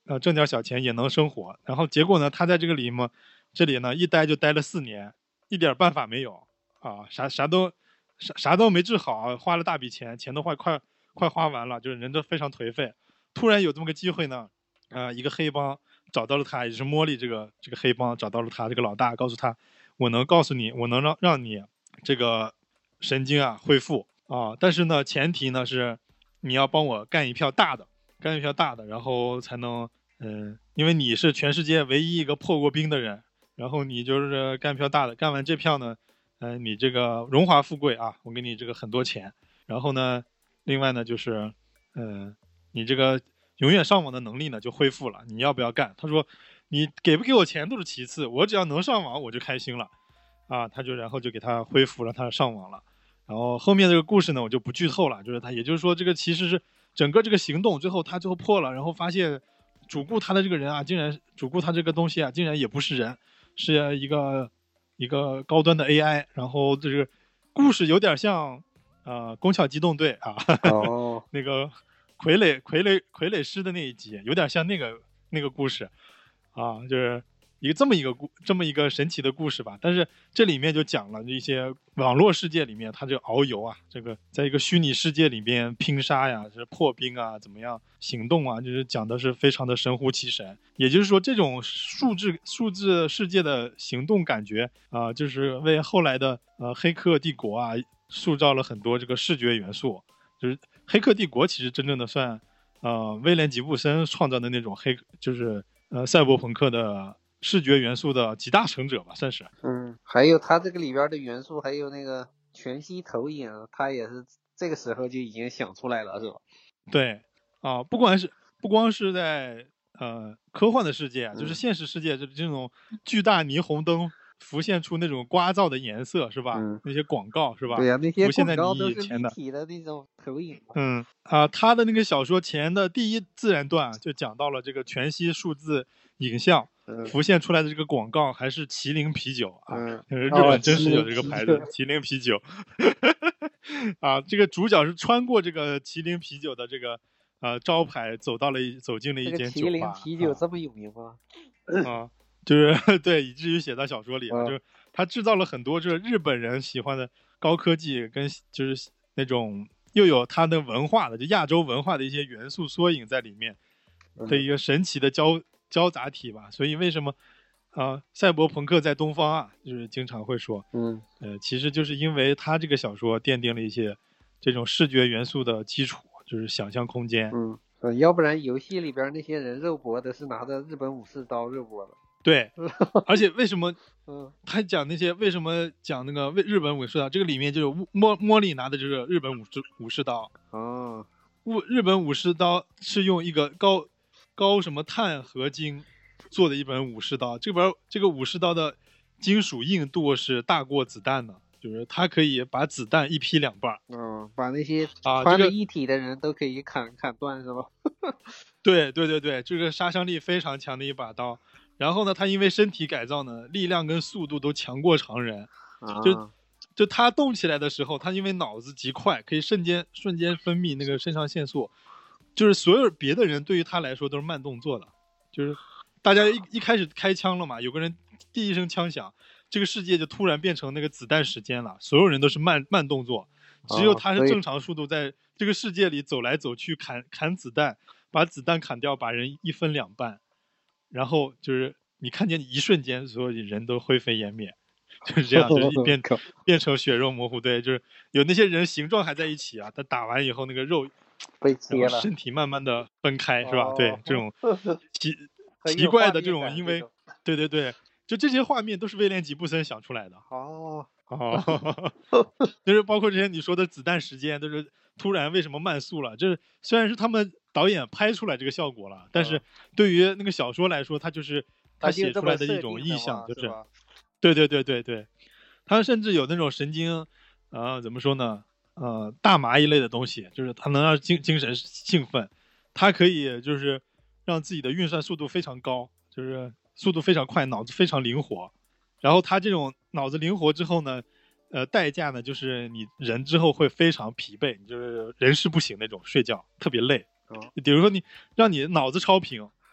[SPEAKER 1] 呃挣点小钱也能生活。然后结果呢，他在这个里嘛，这里呢一待就待了四年，一点办法没有啊，啥啥都啥啥都没治好，花了大笔钱，钱都快快快花完了，就是人都非常颓废。突然有这么个机会呢，啊、呃，一个黑帮找到了他，也就是茉莉这个这个黑帮找到了他这个老大，告诉他，我能告诉你，我能让让你这个神经啊恢复啊，但是呢，前提呢是你要帮我干一票大的，干一票大的，然后才能嗯、呃，因为你是全世界唯一一个破过冰的人，然后你就是干票大的，干完这票呢，嗯、呃，你这个荣华富贵啊，我给你这个很多钱，然后呢，另外呢就是嗯。呃你这个永远上网的能力呢就恢复了，你要不要干？他说，你给不给我钱都是其次，我只要能上网我就开心了，啊，他就然后就给他恢复，让他上网了。然后后面这个故事呢我就不剧透了，就是他也就是说这个其实是整个这个行动最后他最后破了，然后发现主顾他的这个人啊，竟然主顾他这个东西啊，竟然也不是人，是一个一个高端的 A I。然后这个故事有点像呃《攻壳机动队》啊，
[SPEAKER 2] 哦，
[SPEAKER 1] 那个。傀儡傀儡傀儡师的那一集有点像那个那个故事啊，就是一个这么一个故这么一个神奇的故事吧。但是这里面就讲了一些网络世界里面它这个遨游啊，这个在一个虚拟世界里面拼杀呀，就是破冰啊，怎么样行动啊，就是讲的是非常的神乎其神。也就是说这种数字数字世界的行动感觉啊、呃，就是为后来的呃黑客帝国啊塑造了很多这个视觉元素。就是黑客帝国其实真正的算，呃，威廉吉布森创造的那种黑，就是呃赛博朋克的视觉元素的集大成者吧，算是。
[SPEAKER 2] 嗯，还有它这个里边的元素，还有那个全息投影，它也是这个时候就已经想出来了，是吧？
[SPEAKER 1] 对，啊、呃，不管是不光是在呃科幻的世界，就是现实世界，就这种巨大霓虹灯。浮现出那种聒噪的颜色是吧？
[SPEAKER 2] 嗯，
[SPEAKER 1] 那些广告是吧？
[SPEAKER 2] 对呀、啊，那些
[SPEAKER 1] 浮现在你
[SPEAKER 2] 眼
[SPEAKER 1] 前的
[SPEAKER 2] 体的那种投影。
[SPEAKER 1] 嗯啊、呃，他的那个小说前的第一自然段就讲到了这个全息数字影像、嗯、浮现出来的这个广告还是麒麟啤酒啊，
[SPEAKER 2] 嗯，
[SPEAKER 1] 日本真是有这个牌子，哦、麒麟啤酒。啊，这个主角是穿过这个麒麟啤酒的这个呃招牌，走到了走进了一间酒吧。
[SPEAKER 2] 麒麟啤酒这么有名吗？
[SPEAKER 1] 啊。就是对，以至于写到小说里啊，就是他制造了很多就是日本人喜欢的高科技，跟就是那种又有他的文化的，就亚洲文化的一些元素缩影在里面的一个神奇的交交杂体吧。所以为什么啊、呃，赛博朋克在东方啊，就是经常会说，
[SPEAKER 2] 嗯，
[SPEAKER 1] 呃，其实就是因为他这个小说奠定了一些这种视觉元素的基础，就是想象空间。
[SPEAKER 2] 嗯，要不然游戏里边那些人肉搏的是拿着日本武士刀肉搏的。
[SPEAKER 1] 对，而且为什么，嗯，他讲那些为什么讲那个日本武士刀，这个里面就是茉茉莉拿的就是日本武士武士刀，
[SPEAKER 2] 哦，
[SPEAKER 1] 日本武士刀是用一个高高什么碳合金做的一本武士刀，这边这个武士刀的金属硬度是大过子弹的，就是它可以把子弹一劈两半，
[SPEAKER 2] 嗯，把那些
[SPEAKER 1] 啊
[SPEAKER 2] 穿着一体的人都可以砍、啊这个、砍断是吧？
[SPEAKER 1] 对对对对，这个杀伤力非常强的一把刀。然后呢，他因为身体改造呢，力量跟速度都强过常人，
[SPEAKER 2] 啊、
[SPEAKER 1] 就就他动起来的时候，他因为脑子极快，可以瞬间瞬间分泌那个肾上腺素，就是所有别的人对于他来说都是慢动作的，就是大家一一开始开枪了嘛，有个人第一声枪响，这个世界就突然变成那个子弹时间了，所有人都是慢慢动作，只有他是正常速度在这个世界里走来走去砍砍子弹，把子弹砍掉，把人一分两半。然后就是你看见一瞬间，所有人都灰飞烟灭，就是这样，就是变变成血肉模糊。对，就是有那些人形状还在一起啊，他打完以后那个肉
[SPEAKER 2] 被切了，
[SPEAKER 1] 身体慢慢的分开，是吧？
[SPEAKER 2] 哦、
[SPEAKER 1] 对，这种奇奇怪的这种，因为对对对，就这些画面都是威廉吉布森想出来的。
[SPEAKER 2] 哦
[SPEAKER 1] 哦，就是包括之前你说的子弹时间，都是突然为什么慢速了？就是虽然是他们导演拍出来这个效果了，但是对于那个小说来说，它就是他写出来的一种意象，就是，对对对对对，他甚至有那种神经，啊、呃，怎么说呢？呃，大麻一类的东西，就是它能让精精神兴奋，它可以就是让自己的运算速度非常高，就是速度非常快，脑子非常灵活。然后他这种脑子灵活之后呢，呃，代价呢就是你人之后会非常疲惫，你就是人事不省那种，睡觉特别累。
[SPEAKER 2] 哦、
[SPEAKER 1] 比如说你让你脑子超频，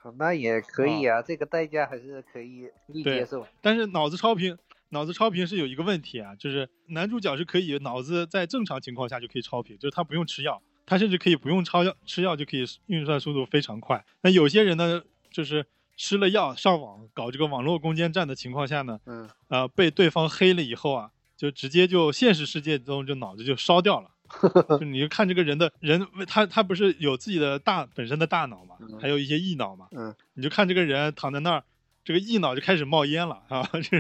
[SPEAKER 2] 那也可以啊，啊这个代价还是可以接受。
[SPEAKER 1] 但是脑子超频，脑子超频是有一个问题啊，就是男主角是可以脑子在正常情况下就可以超频，就是他不用吃药，他甚至可以不用超药吃药就可以运算速度非常快。那有些人呢，就是吃了药上网搞这个网络攻坚战的情况下呢，
[SPEAKER 2] 嗯，
[SPEAKER 1] 呃，被对方黑了以后啊，就直接就现实世界中就脑子就烧掉了。就你就看这个人的人，他他不是有自己的大本身的大脑嘛，
[SPEAKER 2] 嗯、
[SPEAKER 1] 还有一些异脑嘛，
[SPEAKER 2] 嗯，
[SPEAKER 1] 你就看这个人躺在那儿，这个异脑就开始冒烟了啊，这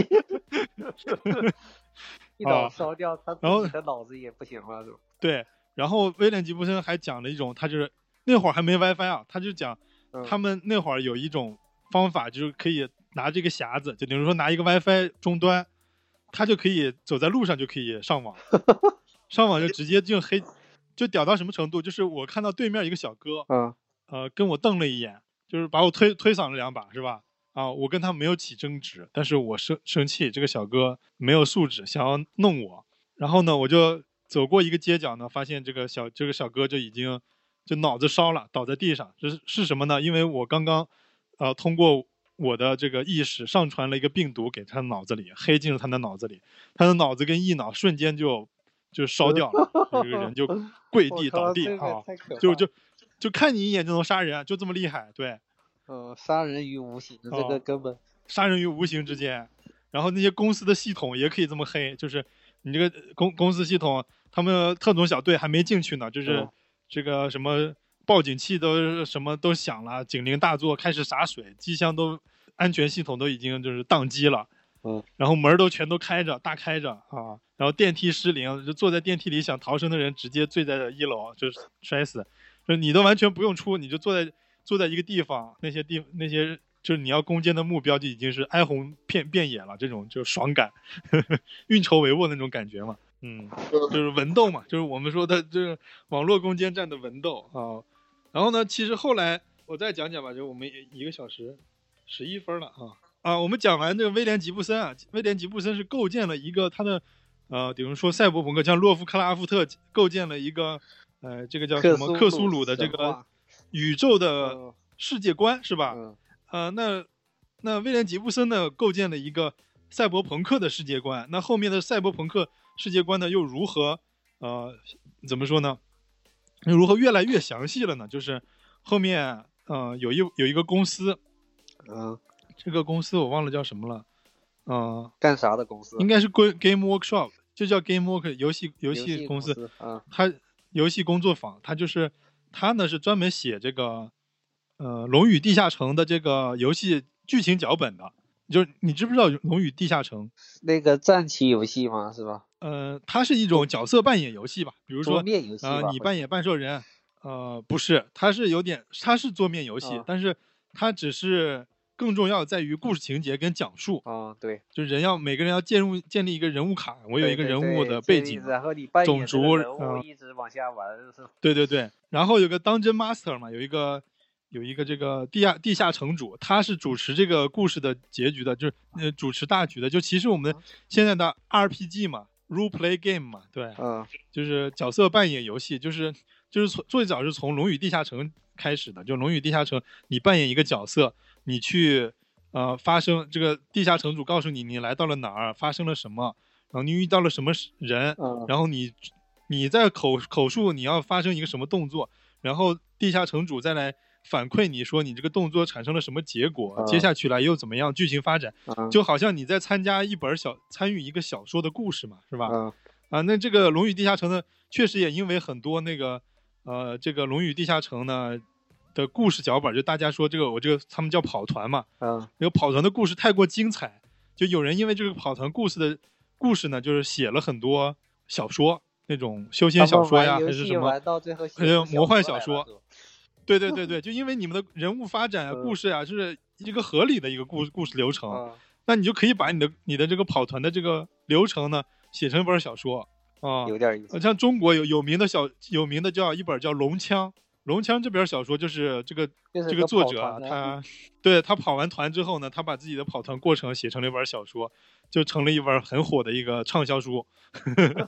[SPEAKER 2] 一脑烧掉，他自己的脑子也不行了，是吧？
[SPEAKER 1] 对，然后威廉吉布森还讲了一种，他就是那会儿还没 WiFi 啊，他就讲、嗯、他们那会儿有一种方法，就是可以拿这个匣子，就比如说拿一个 WiFi 终端，他就可以走在路上就可以上网。上网就直接就黑，就屌到什么程度？就是我看到对面一个小哥，
[SPEAKER 2] 嗯，
[SPEAKER 1] 呃，跟我瞪了一眼，就是把我推推搡了两把，是吧？啊，我跟他没有起争执，但是我生生气，这个小哥没有素质，想要弄我。然后呢，我就走过一个街角呢，发现这个小这个小哥就已经就脑子烧了，倒在地上。这是是什么呢？因为我刚刚，呃，通过我的这个意识上传了一个病毒给他脑子里，黑进了他的脑子里，他的脑子跟异脑瞬间就。就烧掉了，这个人就跪地倒地啊，就就就看你一眼就能杀人，就这么厉害，对，
[SPEAKER 2] 嗯，杀人于无形，这个根本
[SPEAKER 1] 杀人于无形之间。然后那些公司的系统也可以这么黑，就是你这个公公司系统，他们特种小队还没进去呢，就是这个什么报警器都什么都响了，警铃大作，开始洒水，机箱都安全系统都已经就是宕机了。
[SPEAKER 2] 嗯，
[SPEAKER 1] 然后门都全都开着，大开着啊，然后电梯失灵，就坐在电梯里想逃生的人直接坠在一楼，就是摔死，就你都完全不用出，你就坐在坐在一个地方，那些地那些就是你要攻坚的目标就已经是哀鸿遍遍野了，这种就爽感，呵呵运筹帷幄那种感觉嘛，嗯，就是文斗嘛，就是我们说的就是网络攻坚战的文斗啊。然后呢，其实后来我再讲讲吧，就我们一个小时十一分了啊。啊，我们讲完这个威廉吉布森啊，威廉吉布森是构建了一个他的，呃，比如说赛博朋克，像洛夫克拉夫特构建了一个，呃，这个叫什么克苏鲁的这个宇宙的世界观，是吧？
[SPEAKER 2] 嗯、
[SPEAKER 1] 呃，那那威廉吉布森呢，构建了一个赛博朋克的世界观。那后面的赛博朋克世界观呢，又如何，呃，怎么说呢？又如何越来越详细了呢？就是后面，呃，有一有一个公司，
[SPEAKER 2] 嗯。
[SPEAKER 1] 这个公司我忘了叫什么了，嗯、呃，
[SPEAKER 2] 干啥的公司？
[SPEAKER 1] 应该是 Game Workshop， 就叫 Game Work 游戏游戏公司。
[SPEAKER 2] 公司啊，
[SPEAKER 1] 它游戏工作坊，它就是它呢是专门写这个呃《龙与地下城》的这个游戏剧情脚本的。就是你知不知道《龙与地下城》
[SPEAKER 2] 那个战棋游戏吗？是吧？
[SPEAKER 1] 呃，它是一种角色扮演游戏吧，比如说
[SPEAKER 2] 桌面游戏吧、
[SPEAKER 1] 呃，你扮演半兽人，呃，不是，它是有点，它是桌面游戏，
[SPEAKER 2] 啊、
[SPEAKER 1] 但是它只是。更重要在于故事情节跟讲述
[SPEAKER 2] 啊、哦，对，
[SPEAKER 1] 就是人要每个人要建入建立一个人物卡，我有一个人物的背景，
[SPEAKER 2] 对对对，然后你扮演
[SPEAKER 1] 种族
[SPEAKER 2] 人物一直往下玩，
[SPEAKER 1] 呃、是对对对，然后有个 Dungeon Master 嘛，有一个有一个这个地下地下城主，他是主持这个故事的结局的，就是呃主持大局的，就其实我们现在的 R P G 嘛 ，Role Play Game 嘛，对，
[SPEAKER 2] 嗯，
[SPEAKER 1] 就是角色扮演游戏，就是就是从最早是从龙与地下城开始的，就龙与地下城，你扮演一个角色。你去，呃，发生这个地下城主告诉你你来到了哪儿，发生了什么，然后你遇到了什么人，
[SPEAKER 2] 嗯、
[SPEAKER 1] 然后你你在口口述你要发生一个什么动作，然后地下城主再来反馈你说你这个动作产生了什么结果，
[SPEAKER 2] 嗯、
[SPEAKER 1] 接下去来又怎么样剧情发展，
[SPEAKER 2] 嗯、
[SPEAKER 1] 就好像你在参加一本小参与一个小说的故事嘛，是吧？
[SPEAKER 2] 嗯、
[SPEAKER 1] 啊，那这个龙与地下城呢，确实也因为很多那个，呃，这个龙与地下城呢。的故事脚本，就大家说这个我这个他们叫跑团嘛，
[SPEAKER 2] 嗯，
[SPEAKER 1] 那个跑团的故事太过精彩，就有人因为这个跑团故事的故事呢，就是写了很多小说，那种修仙小说呀，还是什么，还有魔幻小说。对对对对，就因为你们的人物发展啊、
[SPEAKER 2] 嗯、
[SPEAKER 1] 故事啊，是一个合理的一个故故事流程，
[SPEAKER 2] 嗯、
[SPEAKER 1] 那你就可以把你的你的这个跑团的这个流程呢，写成一本小说啊，
[SPEAKER 2] 有点意思。
[SPEAKER 1] 像中国有有名的小有名的叫一本叫《龙枪》。龙枪这本小说就是这个
[SPEAKER 2] 就是
[SPEAKER 1] 这个作者啊，他对他跑完团之后呢，他把自己的跑团过程写成了一本小说，就成了一本很火的一个畅销书。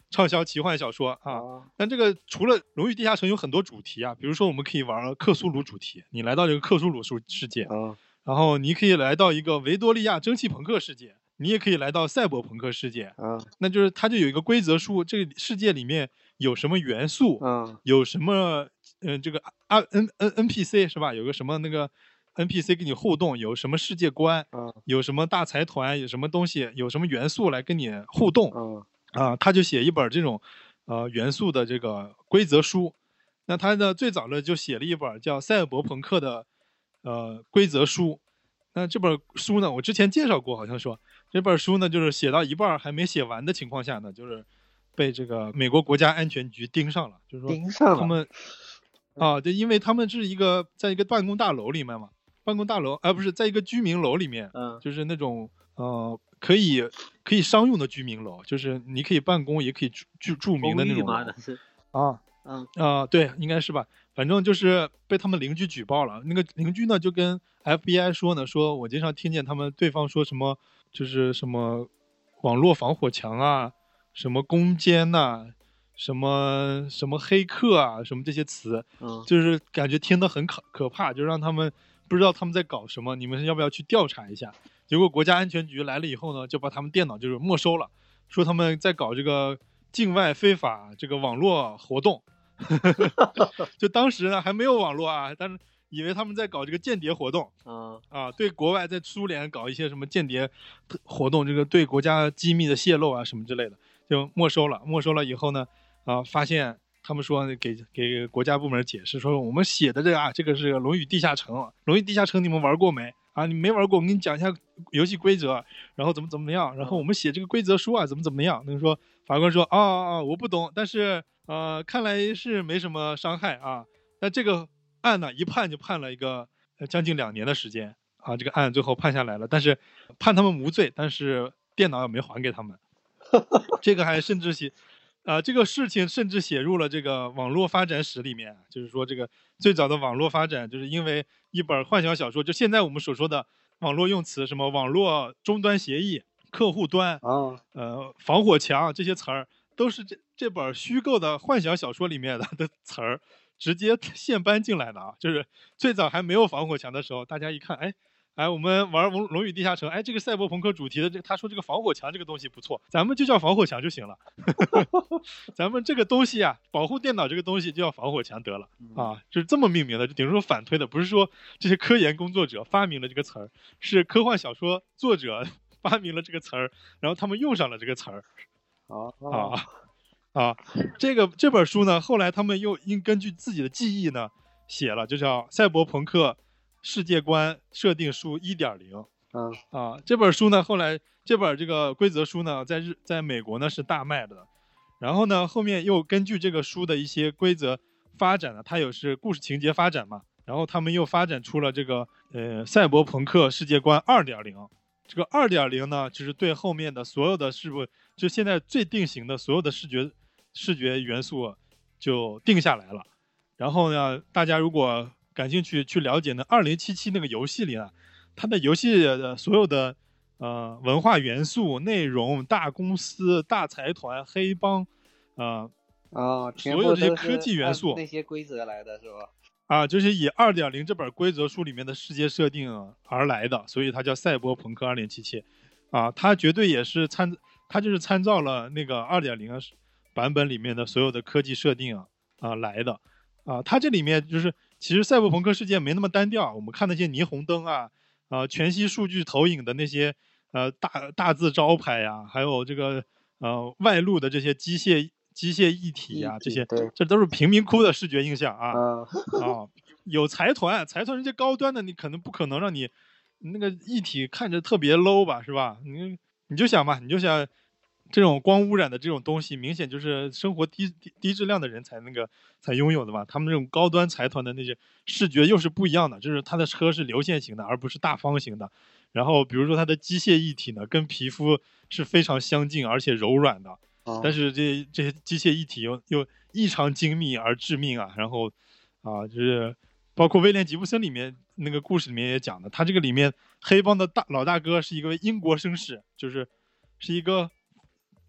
[SPEAKER 1] 畅销奇幻小说啊。
[SPEAKER 2] 哦
[SPEAKER 1] 但这个除了《龙与地下城》有很多主题啊，比如说我们可以玩克苏鲁主题，你来到这个克苏鲁世世界，
[SPEAKER 2] 哦
[SPEAKER 1] 然后你可以来到一个维多利亚蒸汽朋克世界，你也可以来到赛博朋克世界。
[SPEAKER 2] 哦
[SPEAKER 1] 那就是它就有一个规则书，这个世界里面有什么元素，
[SPEAKER 2] 嗯
[SPEAKER 1] 有什么嗯、呃这个啊 N N N P C 是吧？有个什么那个 N P C 跟你互动，有什么世界观，
[SPEAKER 2] 嗯
[SPEAKER 1] 有什么大财团，有什么东西，有什么元素来跟你互动
[SPEAKER 2] 嗯
[SPEAKER 1] 啊？他就写一本这种呃元素的这个规则书。那他呢最早的就写了一本叫《赛博朋克》的呃规则书。那这本书呢，我之前介绍过，好像说这本书呢，就是写到一半还没写完的情况下呢，就是被这个美国国家安全局盯上了，就是说
[SPEAKER 2] 盯上了
[SPEAKER 1] 他们啊，对，因为他们是一个在一个办公大楼里面嘛，办公大楼，而、呃、不是在一个居民楼里面，
[SPEAKER 2] 嗯
[SPEAKER 1] 就是那种呃可以可以商用的居民楼，就是你可以办公也可以住住住民的那种
[SPEAKER 2] 吗？
[SPEAKER 1] 楼
[SPEAKER 2] 那是
[SPEAKER 1] 啊。
[SPEAKER 2] 嗯
[SPEAKER 1] 啊、呃，对，应该是吧。反正就是被他们邻居举报了。那个邻居呢，就跟 F B I 说呢，说我经常听见他们对方说什么，就是什么网络防火墙啊，什么攻坚呐、什么什么黑客啊，什么这些词，
[SPEAKER 2] 嗯
[SPEAKER 1] 就是感觉听得很可可怕，就让他们不知道他们在搞什么。你们要不要去调查一下？结果国家安全局来了以后呢，就把他们电脑就是没收了，说他们在搞这个境外非法这个网络活动。就当时呢还没有网络啊，但是以为他们在搞这个间谍活动
[SPEAKER 2] 嗯
[SPEAKER 1] 啊，对国外在苏联搞一些什么间谍活动，这个对国家机密的泄露啊什么之类的，就没收了。没收了以后呢，啊，发现他们说给给国家部门解释说，我们写的这个啊，这个是《龙与地下城》，《龙与地下城》你们玩过没？啊，你没玩过，我给你讲一下游戏规则，然后怎么怎么样，然后我们写这个规则书啊，怎么怎么样。那个说法官说啊啊啊，我不懂，但是呃，看来是没什么伤害啊。那这个案呢，一判就判了一个呃将近两年的时间啊，这个案最后判下来了，但是判他们无罪，但是电脑也没还给他们。这个还甚至写。啊、呃，这个事情甚至写入了这个网络发展史里面，就是说这个最早的网络发展，就是因为一本幻想小说，就现在我们所说的网络用词，什么网络终端协议、客户端、
[SPEAKER 2] 哦
[SPEAKER 1] 呃防火墙这些词儿，都是这这本虚构的幻想小说里面的的词儿，直接现搬进来的啊。就是最早还没有防火墙的时候，大家一看，哎。哎，我们玩《龙与地下城》，哎，这个赛博朋克主题的这个，他说这个防火墙这个东西不错，咱们就叫防火墙就行了。咱们这个东西啊，保护电脑这个东西就叫防火墙得了啊，就是这么命名的，就等于说反推的，不是说这些科研工作者发明了这个词儿，是科幻小说作者发明了这个词儿，然后他们用上了这个词儿。
[SPEAKER 2] 哦
[SPEAKER 1] 啊啊，这个这本书呢，后来他们又因根据自己的记忆呢写了，就叫《赛博朋克世界观设定书 一点零》。
[SPEAKER 2] 嗯
[SPEAKER 1] 啊，这本书呢，后来这本这个规则书呢，在日在美国呢是大卖的。然后呢，后面又根据这个书的一些规则发展呢，它有是故事情节发展嘛，然后他们又发展出了这个呃赛博朋克世界观 二点零。这个 二点零 呢，就是对后面的所有的是不就现在最定型的所有的视觉视觉元素就定下来了。然后呢，大家如果感兴趣去了解呢，二零七七那个游戏里呢，它的游戏的所有的呃文化元素、内容、大公司、大财团、黑帮，呃，
[SPEAKER 2] 哦，
[SPEAKER 1] 所有这些科技元素
[SPEAKER 2] 那些规则来的是吧？
[SPEAKER 1] 啊，就是以 二点零 这本规则书里面的世界设定而来的，所以它叫赛博朋克二零七七。啊，它绝对也是参，它就是参照了那个 二点零 版本里面的所有的科技设定啊啊来的。啊，它这里面就是其实赛博朋克世界没那么单调，我们看那些霓虹灯啊，啊全息数据投影的那些呃大大字招牌呀、啊，还有这个呃外露的这些机械机械一体呀、啊，这些这都是贫民窟的视觉印象啊。啊，有财团，财团人家高端的，你可能不可能让你那个一体看着特别 low 吧，是吧？你你就想吧，你就想。这种光污染的这种东西，明显就是生活低低低质量的人才那个才拥有的嘛。他们这种高端财团的那些视觉又是不一样的，就是它的车是流线型的，而不是大方形的。然后比如说它的机械一体呢，跟皮肤是非常相近而且柔软的，但是这这些机械一体又又异常精密而致命啊。然后啊，就是包括威廉吉布森里面那个故事里面也讲的，他这个里面黑帮的大老大哥是一个英国绅士，就是是一个。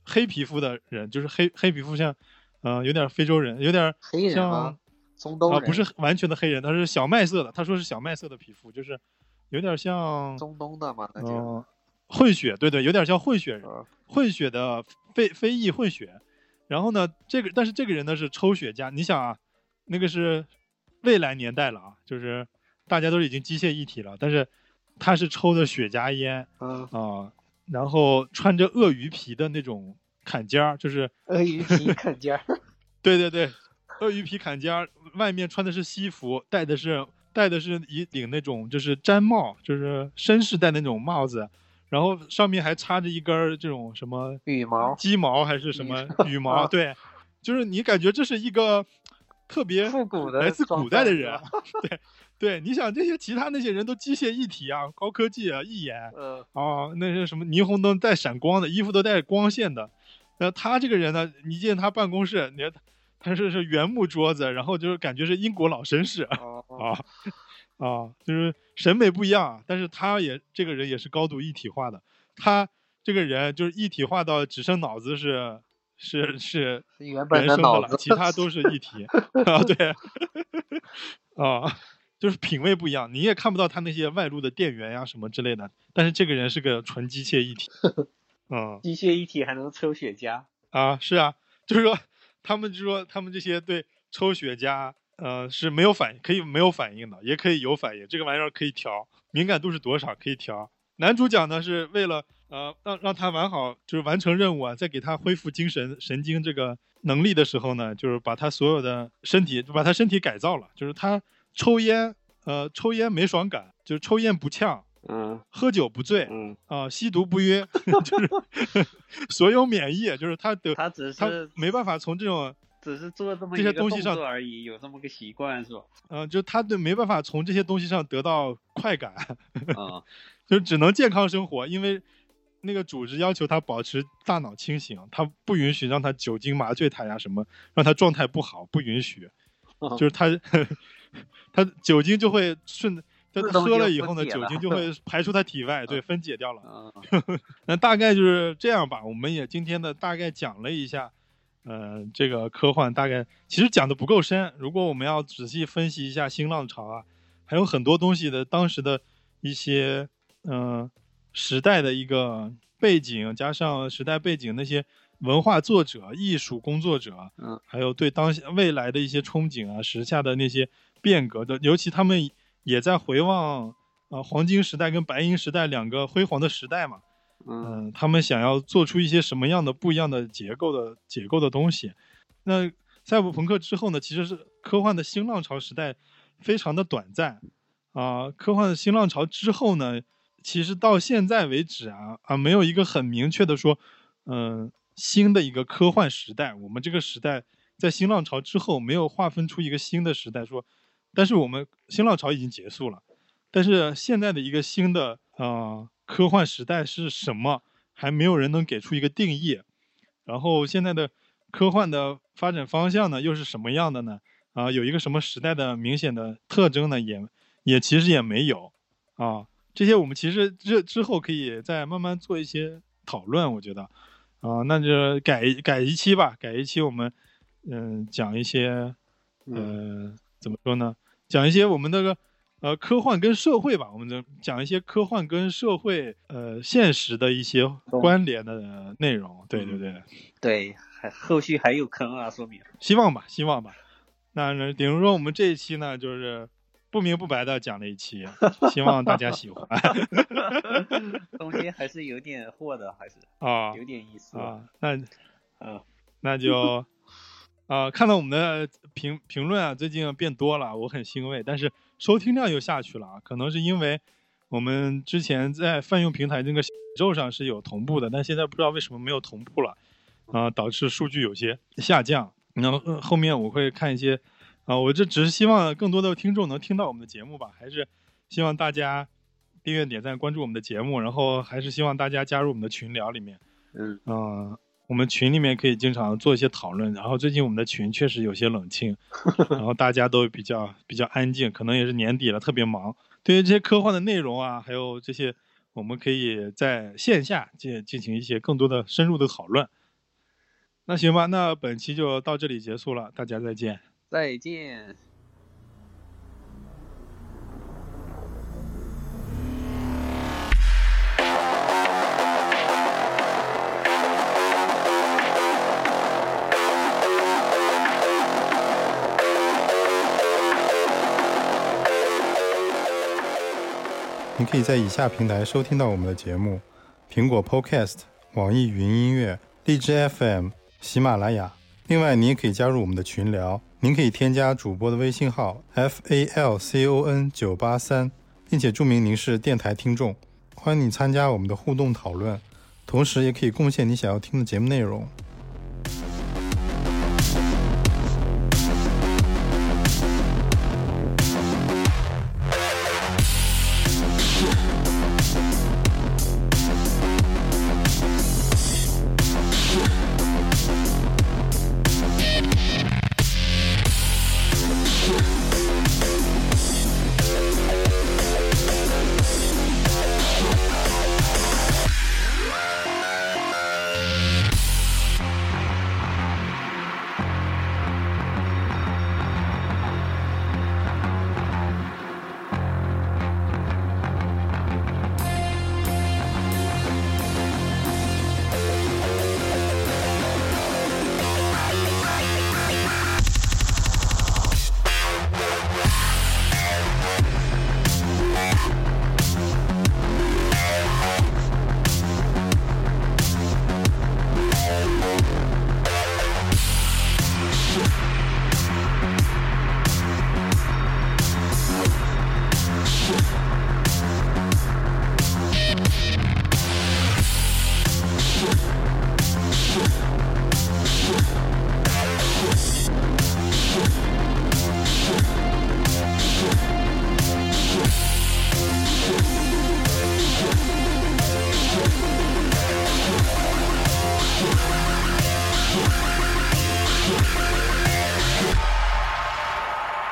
[SPEAKER 1] 黑皮肤的人，就是黑黑皮肤像，呃，有点非洲人，有点
[SPEAKER 2] 黑人吗？中东人、
[SPEAKER 1] 啊、不是完全的黑人，他是小麦色的，他说是小麦色的皮肤，就是有点像
[SPEAKER 2] 中东的嘛，那就、
[SPEAKER 1] 呃、混血，对对，有点像混血人，
[SPEAKER 2] 嗯、
[SPEAKER 1] 混血的非非裔混血。然后呢，这个但是这个人呢是抽雪茄，你想啊，那个是未来年代了啊，就是大家都已经机械一体了，但是他是抽的雪茄烟，
[SPEAKER 2] 嗯
[SPEAKER 1] 啊、呃，然后穿着鳄鱼皮的那种坎肩儿，就是
[SPEAKER 2] 鳄鱼皮坎肩儿，
[SPEAKER 1] 对对对，鳄鱼皮坎肩儿，外面穿的是西服，戴的是戴的是一顶那种就是毡帽，就是绅士戴那种帽子。然后上面还插着一根这种什么
[SPEAKER 2] 羽毛、
[SPEAKER 1] 鸡毛还是什么羽毛，啊、对，就是你感觉这是一个特别
[SPEAKER 2] 复古的
[SPEAKER 1] 来自古代的人，
[SPEAKER 2] 对
[SPEAKER 1] 对，你想这些其他那些人都机械一体啊，高科技啊，一眼，
[SPEAKER 2] 嗯
[SPEAKER 1] 啊，那些什么霓虹灯带闪光的，衣服都带光线的，那他这个人呢，你进他办公室，你看他是是原木桌子，然后就是感觉是英国老绅士
[SPEAKER 2] 哦
[SPEAKER 1] 啊。啊，就是审美不一样，但是他也这个人也是高度一体化的。他这个人就是一体化到只剩脑子是是是
[SPEAKER 2] 原本
[SPEAKER 1] 的
[SPEAKER 2] 脑子，
[SPEAKER 1] 其他都是一体啊。对，啊，就是品味不一样，你也看不到他那些外露的电源呀、啊、什么之类的。但是这个人是个纯机械一体，嗯，
[SPEAKER 2] 机械一体还能抽雪茄
[SPEAKER 1] 啊，是啊，就是说他们就说他们这些对抽雪茄。呃，是没有反应，可以没有反应的，也可以有反应。这个玩意儿可以调，敏感度是多少可以调。男主角呢是为了呃让让他完好，就是完成任务啊，在给他恢复精神神经这个能力的时候呢，就是把他所有的身体，就把他身体改造了。就是他抽烟，呃，抽烟没爽感，就是抽烟不呛，
[SPEAKER 2] 嗯，
[SPEAKER 1] 喝酒不醉，
[SPEAKER 2] 嗯
[SPEAKER 1] 啊、呃，吸毒不晕，就是所有免疫，就是他得
[SPEAKER 2] 他只是
[SPEAKER 1] 他没办法从这种。
[SPEAKER 2] 只是做这么一个动作而已，有这么个习惯是吧？
[SPEAKER 1] 嗯、呃，就他对没办法从这些东西上得到快感，
[SPEAKER 2] 啊，
[SPEAKER 1] 就只能健康生活，因为那个组织要求他保持大脑清醒，他不允许让他酒精麻醉他呀什么，让他状态不好，不允许，
[SPEAKER 2] 啊、
[SPEAKER 1] 就是他他酒精就会顺，他喝了以后呢，酒精就会排出他体外，对，分解掉了。
[SPEAKER 2] 啊、
[SPEAKER 1] 那大概就是这样吧，我们也今天的大概讲了一下。呃，这个科幻大概其实讲的不够深，如果我们要仔细分析一下新浪潮啊，还有很多东西的当时的一些嗯、呃、时代的一个背景，加上时代背景那些文化作者、艺术工作者，
[SPEAKER 2] 嗯，
[SPEAKER 1] 还有对当下未来的一些憧憬啊，时下的那些变革的，尤其他们也在回望啊、呃、黄金时代跟白银时代两个辉煌的时代嘛。嗯、呃，他们想要做出一些什么样的不一样的结构的结构的东西。那赛博朋克之后呢，其实是科幻的新浪潮时代非常的短暂啊、呃。科幻的新浪潮之后呢，其实到现在为止啊啊，没有一个很明确的说，嗯、呃，新的一个科幻时代。我们这个时代在新浪潮之后没有划分出一个新的时代说，但是我们新浪潮已经结束了，但是现在的一个新的啊。呃科幻时代是什么？还没有人能给出一个定义。然后现在的科幻的发展方向呢，又是什么样的呢？啊，有一个什么时代的明显的特征呢？也也其实也没有啊。这些我们其实这之后可以再慢慢做一些讨论，我觉得啊，那就改改一期吧，改一期我们嗯、呃、讲一些呃怎么说呢？讲一些我们那个。呃，科幻跟社会吧，我们就讲一些科幻跟社会呃现实的一些关联的内容。对对对，
[SPEAKER 2] 嗯、对，还后续还有坑啊，说明。
[SPEAKER 1] 希望吧，希望吧。那比如说我们这一期呢，就是不明不白的讲了一期，希望大家喜欢。
[SPEAKER 2] 中间还是有点货的，还是
[SPEAKER 1] 啊，
[SPEAKER 2] 有点意思
[SPEAKER 1] 啊。那
[SPEAKER 2] 啊，
[SPEAKER 1] 那就啊，看到我们的评评论啊，最近变多了，我很欣慰，但是。收听量又下去了，可能是因为我们之前在泛用平台这个宇宙上是有同步的，但现在不知道为什么没有同步了，啊、呃，导致数据有些下降。然后、呃、后面我会看一些，啊、呃，我这只是希望更多的听众能听到我们的节目吧，还是希望大家订阅、点赞、关注我们的节目，然后还是希望大家加入我们的群聊里面，
[SPEAKER 2] 嗯
[SPEAKER 1] 嗯、呃。我们群里面可以经常做一些讨论，然后最近我们的群确实有些冷清，然后大家都比较比较安静，可能也是年底了，特别忙。对于这些科幻的内容啊，还有这些，我们可以在线下进进行一些更多的深入的讨论那行吧，那本期就到这里结束了，大家再见。
[SPEAKER 2] 再见。
[SPEAKER 3] 你可以在以下平台收听到我们的节目：苹果 Podcast、网易云音乐、荔枝 F M、喜马拉雅。另外，你也可以加入我们的群聊，您可以添加主播的微信号 F A L C O N 九八三，并且注明您是电台听众，欢迎你参加我们的互动讨论，同时也可以贡献你想要听的节目内容。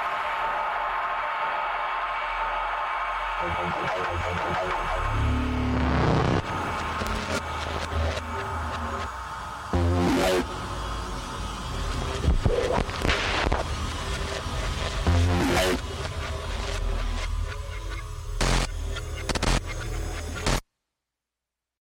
[SPEAKER 4] Thank you.